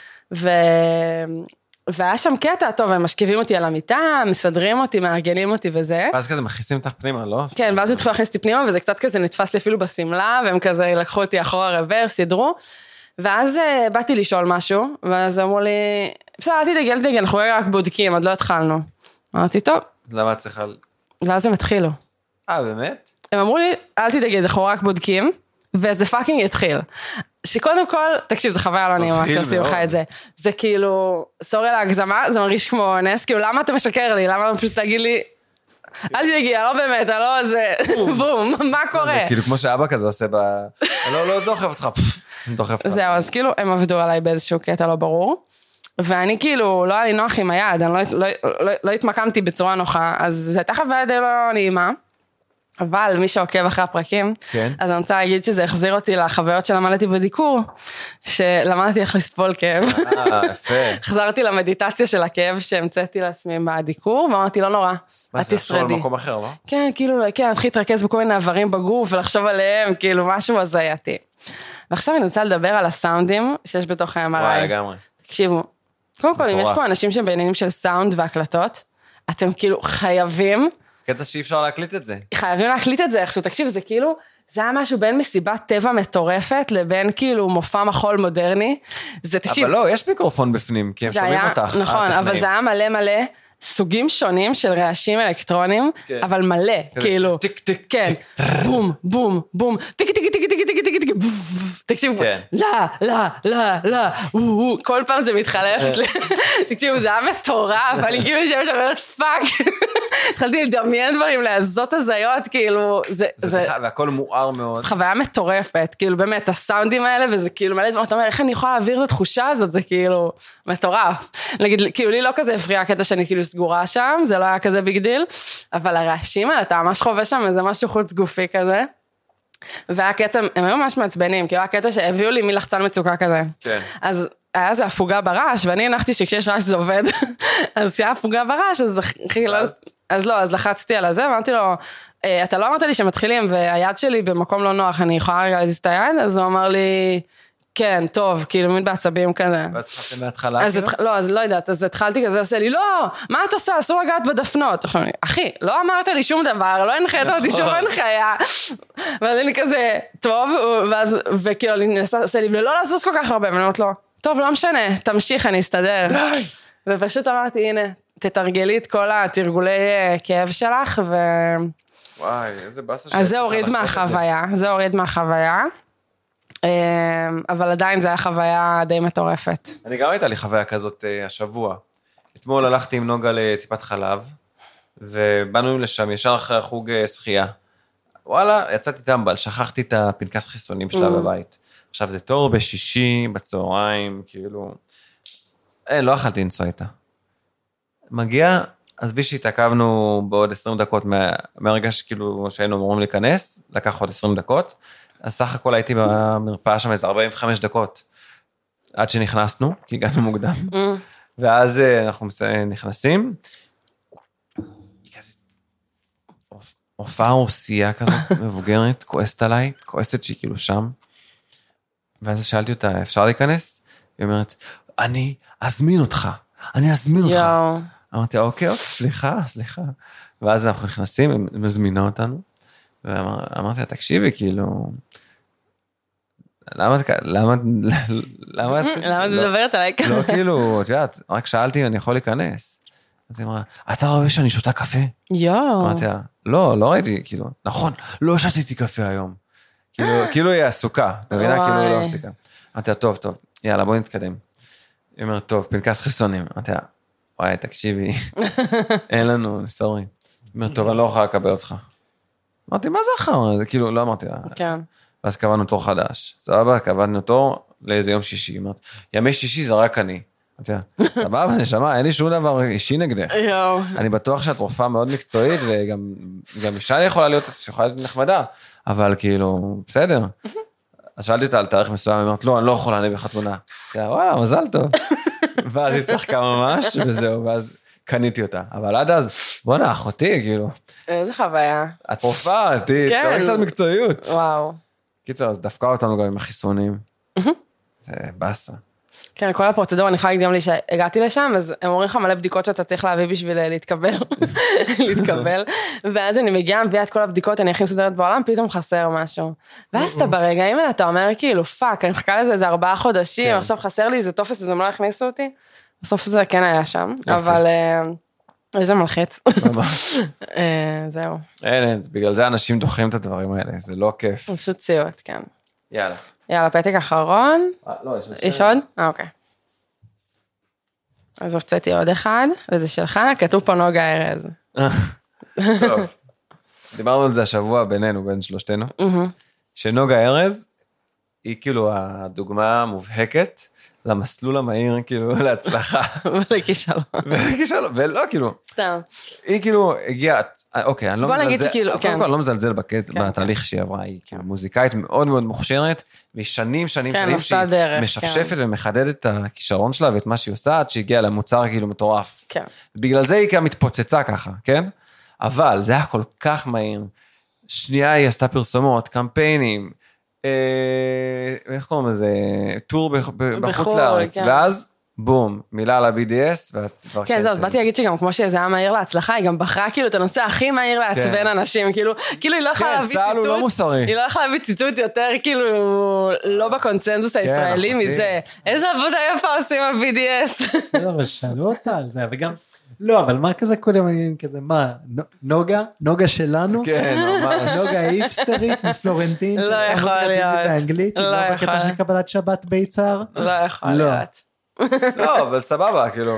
והיה שם קטע, טוב, הם משכיבים אותי על המיטה, מסדרים אותי, מארגנים אותי וזה. ואז כזה מכניסים אותך פנימה, לא? כן, ואז הם התחילו להכניס אותי פנימה, וזה קצת כזה נתפס לי אפילו בסמלה, והם כזה לקחו אותי אחורה רוורס, סדרו, ואז באתי לשאול משהו, ואז אמרו לי, בסדר, אל תדאגי, אנחנו רק בודקים, עוד לא התחלנו. אמרתי, טוב. למה צריכה... ואז הם התחילו. באמת? הם אמרו לי, אל תדאגי, אנחנו רק בודקים, וזה פאקינג יתחיל. שקודם כל, תקשיב, זה חוויה לא נעימה, שעושים לך את זה. זה כאילו, סורי להגזמה, זה מרגיש כמו נס, כאילו, למה אתה משקר לי? למה אתה פשוט תגיד לי, אל תדאגי, לא באמת, לא זה, בום, מה קורה? זה כאילו כמו שאבא כזה עושה לא דוחף אותך, דוחף אותך. זהו, אז כאילו, הם עבדו עליי באיזשהו קטע לא ברור, ואני כאילו, לא היה לי נוח עם היד, אני לא התמקמתי בצורה נוחה, אז זו הייתה חוויה די לא נעימה. אבל מי שעוקב אחרי הפרקים, כן. אז אני רוצה להגיד שזה החזיר אותי לחוויות שלמדתי בדיקור, שלמדתי איך לסבול כאב. יפה. החזרתי למדיטציה של הכאב שהמצאתי לעצמי בדיקור, ואמרתי, לא נורא, את תשרדי. מה זה, עכשיו במקום אחר, לא? כן, כאילו, כן, התחיל להתרכז בכל מיני עברים בגוף, ולחשוב עליהם, כאילו, משהו הזייתי. ועכשיו אני רוצה לדבר על הסאונדים שיש בתוך ה-MRI. וואי, לגמרי. תקשיבו, קודם כל, אם יש פה אנשים שבעניינים של סאונד והקלטות, אתם כאילו חייבים, קטע שאי אפשר להקליט את זה. חייבים להקליט את זה איכשהו, תקשיב, זה כאילו, זה היה משהו בין מסיבת טבע מטורפת, לבין כאילו מופע מחול מודרני, זה תקשיב. אבל לא, יש מיקרופון בפנים, כי הם שומעים אותך. נכון, אבל זה היה מלא מלא, סוגים שונים של רעשים אלקטרונים, אבל מלא, כאילו. טיק, טיק, כן, בום, בום, בום, טיק, טיק, טיק, טיק, טיק, טיק, טיק, טיק, תקשיב, לא, כל פעם זה מתחלף, תקשיבו, זה היה מטורף, אני כאילו יושבת שאומרת פאק, התחלתי לדמיין דברים, לעזות הזיות, כאילו, והכל מואר מאוד. זו חוויה מטורפת, כאילו באמת, הסאונדים האלה, וזה כאילו מלא דברים, אתה אומר, איך אני יכולה להעביר את התחושה הזאת, זה כאילו מטורף. נגיד, כאילו, לי לא כזה הפריע הקטע שאני כאילו סגורה שם, זה לא היה כזה ביג דיל, אבל הרעשים האלה, אתה ממש חווה שם איזה משהו חוץ גופי כזה, והקטע, הם היו ממש מעצבנים, כאילו הקטע שהביאו לי מלחצן מצוקה כזה. כן. אז היה איזה הפוגה ברעש, ואני הנחתי שכשיש רעש זה עובד, אז כשהיה הפוגה ברעש, אז לחצתי על הזה, ואמרתי לו, אתה לא אמרת לי שמתחילים, והיד שלי במקום לא נוח, אני יכולה רגע להזיז את היד, אז הוא אמר לי, כן, טוב, כאילו, מין בעצבים כזה. ואז התחלתם מההתחלה? לא, אז לא יודעת, אז התחלתי כזה, עושה לי, לא, מה את עושה? אסור לגעת בדפנות. אחי, לא אמרת לי שום דבר, לא הנחית אותי שום הנחיה. ואז אני כזה, טוב, וכאילו, אני עושה לי, ולא לעשות כל כך הרבה, ואני אומרת לו, טוב, לא משנה, תמשיך, אני אסתדר. די! ופשוט אמרתי, הנה, תתרגלי את כל התרגולי כאב שלך, וואי, איזה באסה אז זה הוריד מהחוויה, אבל עדיין זה היה חוויה די מטורפת. אני גם הייתה לי חוויה כזאת השבוע. אתמול הלכתי עם נוגה לטיפת חלב, ובאנו לשם ישר אחרי החוג שחייה. וואלה, יצאתי טמבל, שכחתי את הפנקס חיסונים שלה בבית. עכשיו זה תור בשישי, בצהריים, כאילו, לא אכלתי לנסוע איתה. מגיע, עזבי שהתעכבנו בעוד 20 דקות, מהרגע שכאילו שהיינו אמורים להיכנס, לקח עוד 20 דקות, אז סך הכל הייתי במרפאה שם איזה 45 דקות, עד שנכנסנו, כי הגענו מוקדם, ואז אנחנו נכנסים, הופעה רוסיה כזאת, מבוגרת, כועסת עליי, כועסת שהיא כאילו שם, ואז שאלתי אותה, אפשר להיכנס? היא אומרת, אני אזמין אותך. אמרתי, אוקיי, סליחה. ואז אנחנו נכנסים, היא מזמינה אותנו, ואמרתי לה, תקשיבי, כאילו, למה את מדברת עליי ככה? לא, כאילו, את יודעת, רק שאלתי אם אני יכול להיכנס. אז היא אמרה, אתה רואה שאני שותה קפה? אמרתי לה, לא ראיתי, כאילו, נכון, לא שתיתי קפה היום. כאילו היא עסוקה, מבינה, כאילו היא לא עסוקה. אמרתי לה, טוב, יאללה, בואי נתקדם. היא אומרת, טוב, פנקס חיסונים. אמרתי לה, וואי, תקשיבי, אין לנו, סורי. היא אומרת, טוב, אני לא אוכל לקבל אותך. אמרתי, מה זה אחר? זה כאילו, לא אמרתי לה. כן. ואז קבענו תור חדש. סבבה, קבענו תור לאיזה יום שישי. אמרת, ימי שישי זה רק אני. אמרתי לה, סבבה, נשמה, אין לי שום דבר אישי נגדך. אני בטוח שאת רופאה מאוד מקצועית, וגם אישה יכולה להיות נחמדה, אבל כאילו, בסדר. אז שאלתי אותה על תאריך מסוים, היא אומרת, לא, אני לא יכולה, אני בחתונה. וואלה, מזל טוב. ואז היא צחקה ממש, וזהו, ואז קניתי אותה. אבל עד אז, בוא'נה, אחותי, כאילו. איזה חוויה. את רופאה, תראי קצת מקצועיות. וואו. קיצר, אז דפקה אותנו גם עם החיסונים. זה בסה. כן, כל הפרוצדורה, אני יכולה להגיד גם לי שהגעתי לשם, אז הם אומרים לך מלא בדיקות שאתה צריך להביא בשביל להתקבל, ואז אני מגיעה, מביאה את כל הבדיקות, אני הכי מסודרת בעולם, פתאום חסר משהו. ואז אתה ברגעים האלה, אתה אומר כאילו, פאק, אני מחכה לזה איזה 4 חודשים, עכשיו חסר לי איזה טופס, אז הם לא הכניסו אותי. בסוף זה כן היה שם, אבל איזה מלחיץ. זהו. אין, בגלל זה אנשים דוחים את הדברים האלה, זה לא כיף. פשוט ציוט, כן. יאללה, פתק אחרון. לא, יש עוד? אוקיי. אז הוצאתי עוד אחד, וזה שלך, כתוב פה נוגה ארז. טוב. דיברנו על זה השבוע בינינו, בין שלושתנו, שנוגה ארז, היא כאילו הדוגמה המובהקת, למסלול המהיר, כאילו, להצלחה. ולכישלון. ולא, כאילו. סתם. היא כאילו הגיעה, אוקיי, אני לא מזלזל. בוא נגיד שכאילו, כן. קודם כל, אני לא מזלזל בתהליך שהיא עברה, היא כאילו מוזיקאית מאוד מאוד מוכשרת, והיא שנים שהיא משפשפת ומחדדת את הכישרון שלה, ואת מה שהיא עושה, עד שהגיעה למוצר כאילו מטורף. כן. בגלל זה היא גם מתפוצצה ככה, כן? אבל זה היה כל כך מהיר. שנייה היא עשתה פרסומות, קמפיינים, איך קוראים לזה? טור בחוץ לארץ, ואז בום, מילה על ה-BDS, כן, זהו, אז באתי להגיד שגם כמו שזה היה מהיר להצלחה, היא גם בחרה כאילו את הנושא הכי מהיר לעצבן אנשים, כאילו היא לא יכולה להביא ציטוט, צהל הוא לא מוסרי. היא לא יכולה להביא ציטוט יותר כאילו לא בקונצנזוס הישראלי מזה, איזה עבודה יפה עושים ה-BDS. בסדר, ושאלו אותה על זה, וגם, לא, אבל מה כזה קודם מעניין כזה, מה, נוגה שלנו? כן, ממש. נוגה היפסטרית מפלורנטין, לא יכול להיות. באנגלית, לא בקטע של קבלת שבת ביצר? לא יכול להיות. לא, אבל סבבה, כאילו.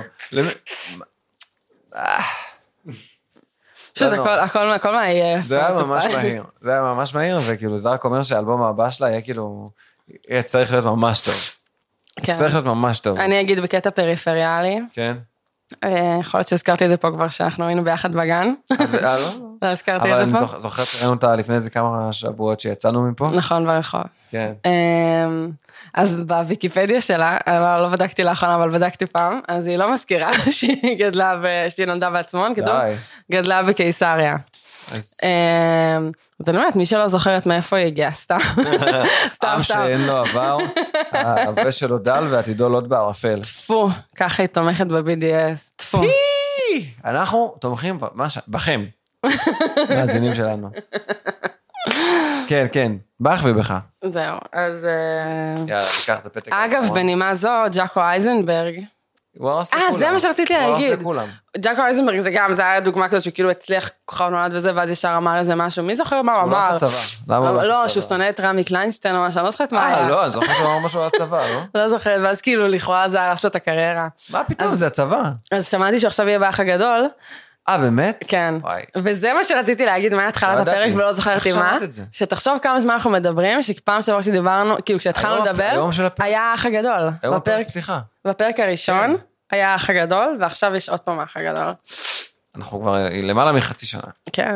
פשוט הכל מה יהיה. זה היה ממש מהיר, וכאילו זה רק אומר שהאלבום הבא שלה יהיה כאילו, יהיה צריך להיות ממש טוב. צריך להיות ממש טוב. אני אגיד בקטע פריפריאלי. כן. יכול להיות שהזכרתי את זה פה כבר שאנחנו היינו ביחד בגן. לא הזכרתי את זה פה. אבל אני זוכרת שראינו אותה לפני איזה כמה שבועות שיצאנו מפה. נכון, ברחוב. כן. אז בוויקיפדיה שלה, לא בדקתי לאחרונה, אבל בדקתי פעם, אז היא לא מזכירה שהיא גדלה, שהיא נולדה בעצמון, כתוב, גדלה בקיסריה. אז אני אומרת, מי שלא זוכרת מאיפה היא הגיעה, סתם. עם שאין לו עבר, ההווה שלו דל ועתידו לוט בערפל. תפו, ככה היא תומכת ב-BDS, תפו. אנחנו תומכים בכם, מאזינים שלנו. כן, כן, בך ובך. זהו, אז... יאללה, ניקח את הפתק. אגב, בנימה זו, ג'אקו אייזנברג. זה מה שרציתי להגיד. ג'אקו אייזנברג זה גם, זה היה דוגמה כזאת שהוא כאילו הצליח כוכב נולד וזה, ואז ישר אמר איזה משהו. מי זוכר מה הוא אמר? שהוא לא עשה צבא. למה הוא לא עשה צבא? לא, שהוא שונא את רמי קליינשטיין או משהו, אני לא זוכרת מה היה. לא, אני זוכרת שהוא אמר משהו על הצבא, לא? לא זוכרת, ואז כאילו לכאורה זה הרס לו את הקריירה. מה פתאום, זה הצבא. אז שמעתי שעכשיו יהיה באח הגדול, באמת? כן. וזה מה שרציתי להגיד מההתחלת הפרק ולא זכרתי מה. שתחשוב כמה זמן אנחנו מדברים, שפעם שעבר שדיברנו, כאילו כשהתחלנו לדבר, היה האח הגדול. היום הפרק פתיחה. בפרק הראשון היה האח הגדול, ועכשיו יש עוד פעם האח הגדול. אנחנו כבר למעלה מחצי שנה. כן.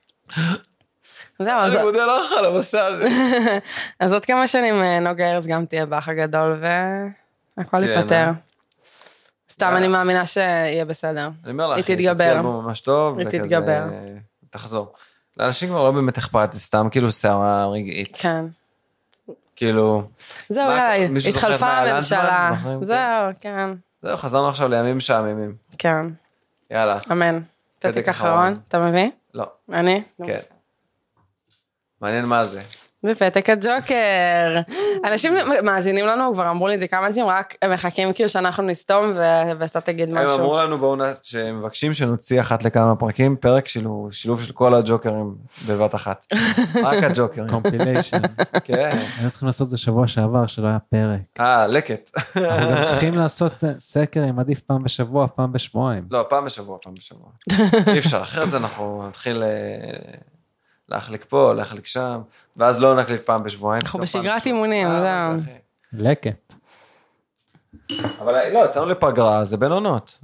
אני מודה לך על המסע הזה. אז עוד כמה שנים נוגה ארז גם תהיה באח הגדול, והכל ייפטר. סתם אני מאמינה שיהיה בסדר. אני אומר לך, היא תתגבר. אלבום ממש טוב, וכזה תחזור. לאנשים כבר לא באמת אכפת, זה סתם כאילו שערה רגעית. כן. כאילו... זהו, התחלפה הממשלה. זהו, כן. זהו, חזרנו עכשיו לימים שעממים. כן. יאללה. אמן. פתק אחרון, אתה מביא? לא. אני? כן. מעניין מה זה. בפתק הג'וקר. אנשים מאזינים לנו, כבר אמרו לי את זה כמה אנשים, רק הם מחכים כאילו שאנחנו נסתום ואתה תגיד משהו. הם אמרו לנו בעונת שהם מבקשים שנוציא אחת לכמה פרקים, פרק שילוב של כל הג'וקרים בבת אחת. רק הג'וקרים. קומפיליישן. כן. היינו צריכים לעשות זה שבוע שעבר, שלא היה פרק. לקט. אנחנו גם צריכים לעשות סקר אם עדיף פעם בשבוע, פעם בשבועיים. לא, פעם בשבוע. אי אפשר, אחרת זה אנחנו נתחיל... להחליק פה, להחליק שם, ואז לא נקליט פעם בשבועיים. אנחנו בשגרת אימונים, זהו. לקט. אבל לא, יצאנו לפגרה, זה בין עונות.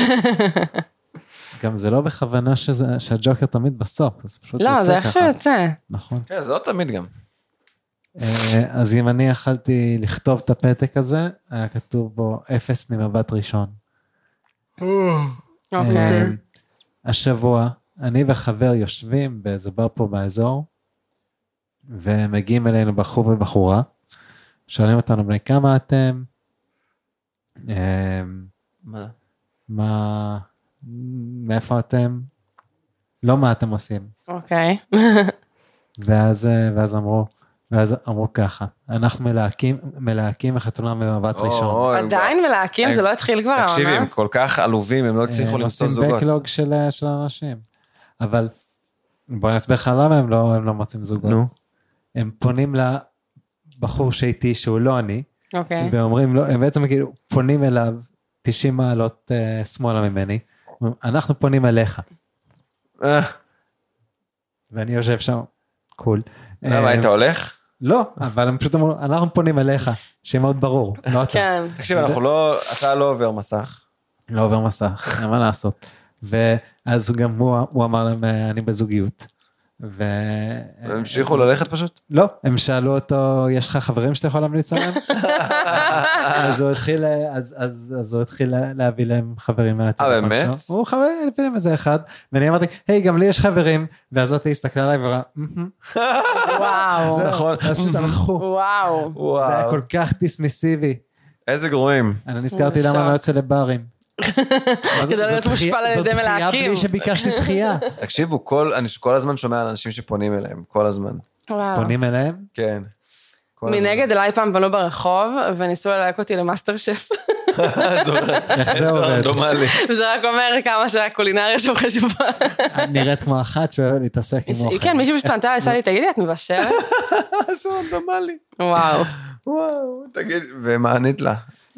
גם זה לא בכוונה שהג'וקר תמיד בסוף, זה פשוט יוצא ככה. לא, זה איך שיוצא. נכון. כן, זה לא תמיד גם. אז אם אני יכלתי לכתוב את הפתק הזה, היה כתוב בו 0 ממבט ראשון. אוקיי. השבוע, אני וחבר יושבים באיזה בר פה באזור, ומגיעים אלינו בחור ובחורה, שואלים אותנו בני כמה אתם, מאיפה אתם, לא מה אתם עושים. אוקיי. ואז אמרו ככה, אנחנו מלהקים וחתונה במבט ראשון. עדיין מלהקים, זה לא התחיל כבר. תקשיבי, הם כל כך עלובים, הם לא הצליחו למצוא זוגות. הם עושים בקלוג של האנשים. אבל בוא נסביר לך למה הם לא מוצאים זוגות. נו. הם פונים לבחור שאיתי, שהוא לא אני, ואומרים לו, הם בעצם כאילו פונים אליו 90 מעלות שמאלה ממני, אנחנו פונים אליך. ואני יושב שם, קול. למה, היית הולך? לא, אבל הם פשוט אמרו, אנחנו פונים אליך, שיהיה מאוד ברור, לא אתה. כן. תקשיב, אתה לא עובר מסך. לא עובר מסך, אין מה לעשות. ואז גם הוא אמר להם, אני בזוגיות. והם המשיכו ללכת פשוט? לא, הם שאלו אותו, יש לך חברים שאתה יכול להמליץ עליהם? אז הוא התחיל להביא להם חברים מהטלפון באמת? שלו. הוא חבר, הביא להם איזה אחד, ואני אמרתי, היי, גם לי יש חברים, ואז אותי הסתכלה עליי ואמרה, וואו. זה נכון. אז פשוט הלכו. וואו. זה היה כל כך דיסמיסיבי. איזה גרועים. אני נזכרתי למה אני לא יוצא לברים. כדי להיות מושפל על ידי מלהקים. זאת דחייה בלי שביקשתי דחייה. תקשיבו, אני כל הזמן שומע על אנשים שפונים אליהם, כל הזמן. פונים אליהם? כן. מנגד אליי פעם בנו ברחוב, וניסו ללהק אותי למאסטר שף. איך זה עובד? וזה רק אומר כמה שהקולינריה שם חשובה. נראית כמו אחת שאוהבת להתעסק עם אוכל. כן, מישהו שפנתה עשה לי, תגידי, את מבשלת? זה רנדומלי. וואו. תגיד, ומה ענית לה?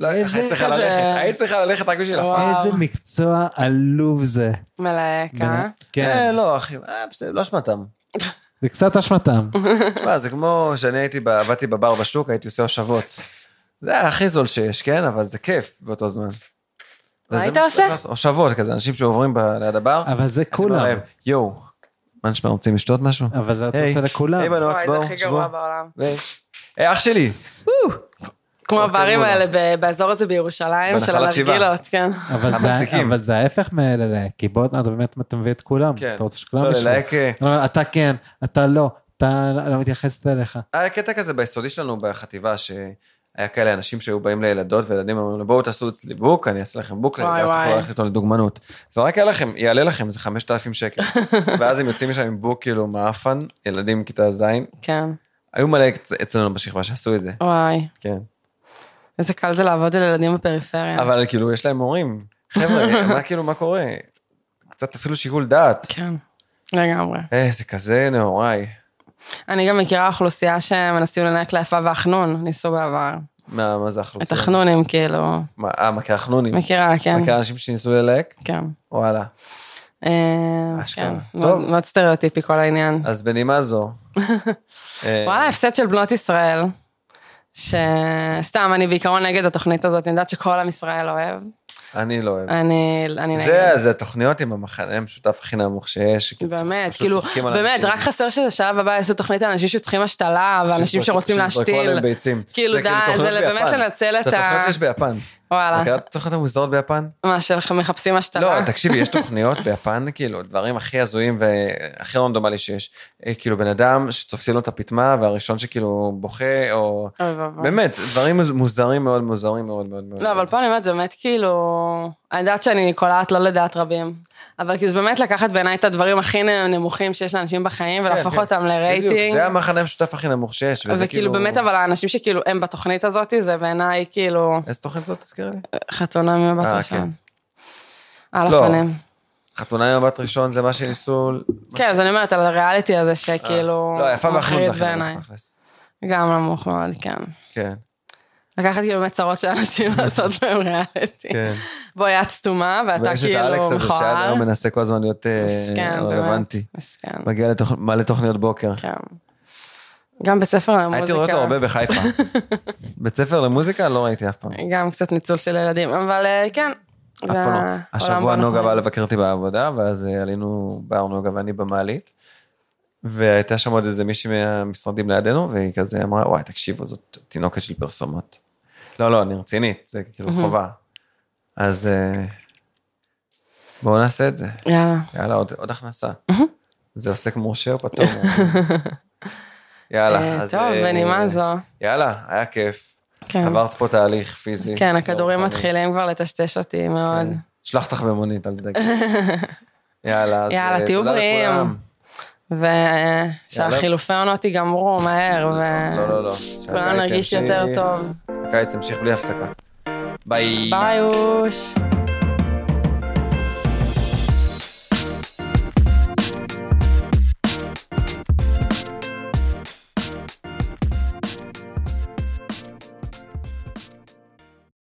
היית צריכה ללכת רק בשביל הפעם. איזה מקצוע עלוב זה. מלהקה. כן, לא, אחי, לא אשמתם. זה קצת אשמתם. תשמע, זה כמו שאני עבדתי בבר בשוק, הייתי עושה הושבות. זה היה הכי זול שיש, כן? אבל זה כיף באותו זמן. מה היית עושה? הושבות כזה, אנשים שעוברים ליד הבר. אבל זה כולם. יואו, מה נשמע, רוצים לשתות משהו? אבל זה אתה עושה לכולם. היי בנות, בואו, זה הכי גרוע בעולם. היי, אח שלי. כמו הברים האלה באזור הזה בירושלים, של הנרגילות, כן. אבל זה ההפך מאלה, כי בוא, אתה באמת מביא את כולם. כן. אתה רוצה שכולם ישבו. אתה כן, אתה לא, אתה לא מתייחסת אליך. היה קטע כזה ביסודי שלנו בחטיבה, שהיה כאלה אנשים שהיו באים לילדות, וילדים אומרים, בואו תעשו אצלי בוק, אני אעשה לכם בוק, ואז תוכלו ללכת איתו לדוגמנות. זה רק יעלה לכם, זה 5,000 שקל. ואז הם יוצאים משם עם בוק, כאילו, מאפן, ילדים כיתה זין. כן. היו מלא אצלנו בשכבה שעשו את זה. וואי. כן. איזה קל זה לעבוד על ילדים בפריפריה. אבל כאילו, יש להם מורים. חבר'ה, מה קורה? קצת אפילו שיקול דעת. כן, לגמרי. זה כזה נאוריי. אני גם מכירה אוכלוסייה שמנסים לנהק לאיפה והחנון, ניסו בעבר. מה זה אוכלוסייה? את החנונים, כאילו. מכירה חנונים? מכירה, כן. מכירה אנשים שניסו ללהק? כן. וואלה. אשכרה. מאוד סטריאוטיפי כל העניין. אז בנימה זו. וואלה, הפסד של בנות ישראל, שסתם, אני בעיקרון נגד התוכנית הזאת, אני יודעת שכל עם ישראל אוהב. אני לא אוהב. אני נגד. זה תוכניות עם המחנה המשותף הכי נמוך שיש. באמת, כאילו, באמת, רק חסר שזה שלב הבא, יעשו תוכנית על אנשים שצריכים השתלה, ואנשים שרוצים להשתיל. כאילו, זה באמת לנצל את ה... זה תוכניות שיש ביפן. וואלה. מכירת תוכניות המוסדרות ביפן? מה, שלכם מחפשים השתלה? לא, תקשיבי, יש תוכניות ביפן, כאילו, דברים הכי הזויים והכי רנדומלי שיש. כאילו, בן אדם שתופסים לו את הפתמה, והראשון שכאילו בוכה, או... באמת, דברים מוזרים מאוד, מוזרים מאוד מאוד מאוד. לא, אבל פה אני אומרת, זה באמת כאילו... אני יודעת שאני קולעת לא לדעת רבים, אבל כאילו, זה באמת לקחת בעיניי את הדברים הכי נמוכים שיש לאנשים בחיים, ולהפוך אותם לרייטינג. בדיוק, זה המחנה המשותף הכי נמוך שיש, וזה כאילו... וכאילו, באמת, אבל האנשים שכאילו הם בתוכנית הזאת, זה בעיניי כאילו... איזה תוכנית זאת, תזכירי לי? חתונה ממבט ראשון. על לא, הפנים. חתונה ממבט ראשון זה מה שניסו... כן, אז אני אומרת על הריאליטי הזה שכאילו... לא, יפה והחלום זה הכי נמוך. גם נמוך מאוד, כן. כן. לקחת כאילו מצרות של אנשים לעשות בהם ריאליטי. כן. בוא יד סתומה, ואתה כאילו מכוער. ויש את האלכס הזה שעד היום מנסה כל הזמן להיות רלוונטי. מסכן. מגיע מלא תוכניות בוקר. כן. גם בית ספר למוזיקה. הייתי רואה אותו הרבה בחיפה. בית ספר למוזיקה לא ראיתי אף פעם. גם קצת ניצול של ילדים, אבל כן. אף פעם לא. השבוע נוגה באה לבקר אותי בעבודה, ואז עלינו בר נוגה ואני במעלית, והייתה שם עוד איזה מישהי מהמשרדים לידינו, והיא כזה אמרה, וואי, תקשיבו, זאת תינוקת של פרסומות. לא, אני רצינית, זה כאילו חובה. אז בואו נעשה את זה. יאללה, עוד הכנסה. זה עוסק מורשה או פתאום? יאללה. טוב, בנימה זו. יאללה, היה כיף. עברת פה תהליך פיזי. כן, הכדורים מתחילים כבר לטשטש אותי מאוד. שלח אותך במונית, אל תדאג. יאללה, תהיו בריאים. ושהחילופי עונות ייגמרו מהר. לא. כולנו נרגיש יותר טוב. הקיץ המשיך בלי הפסקה. ביי. ביי אוש.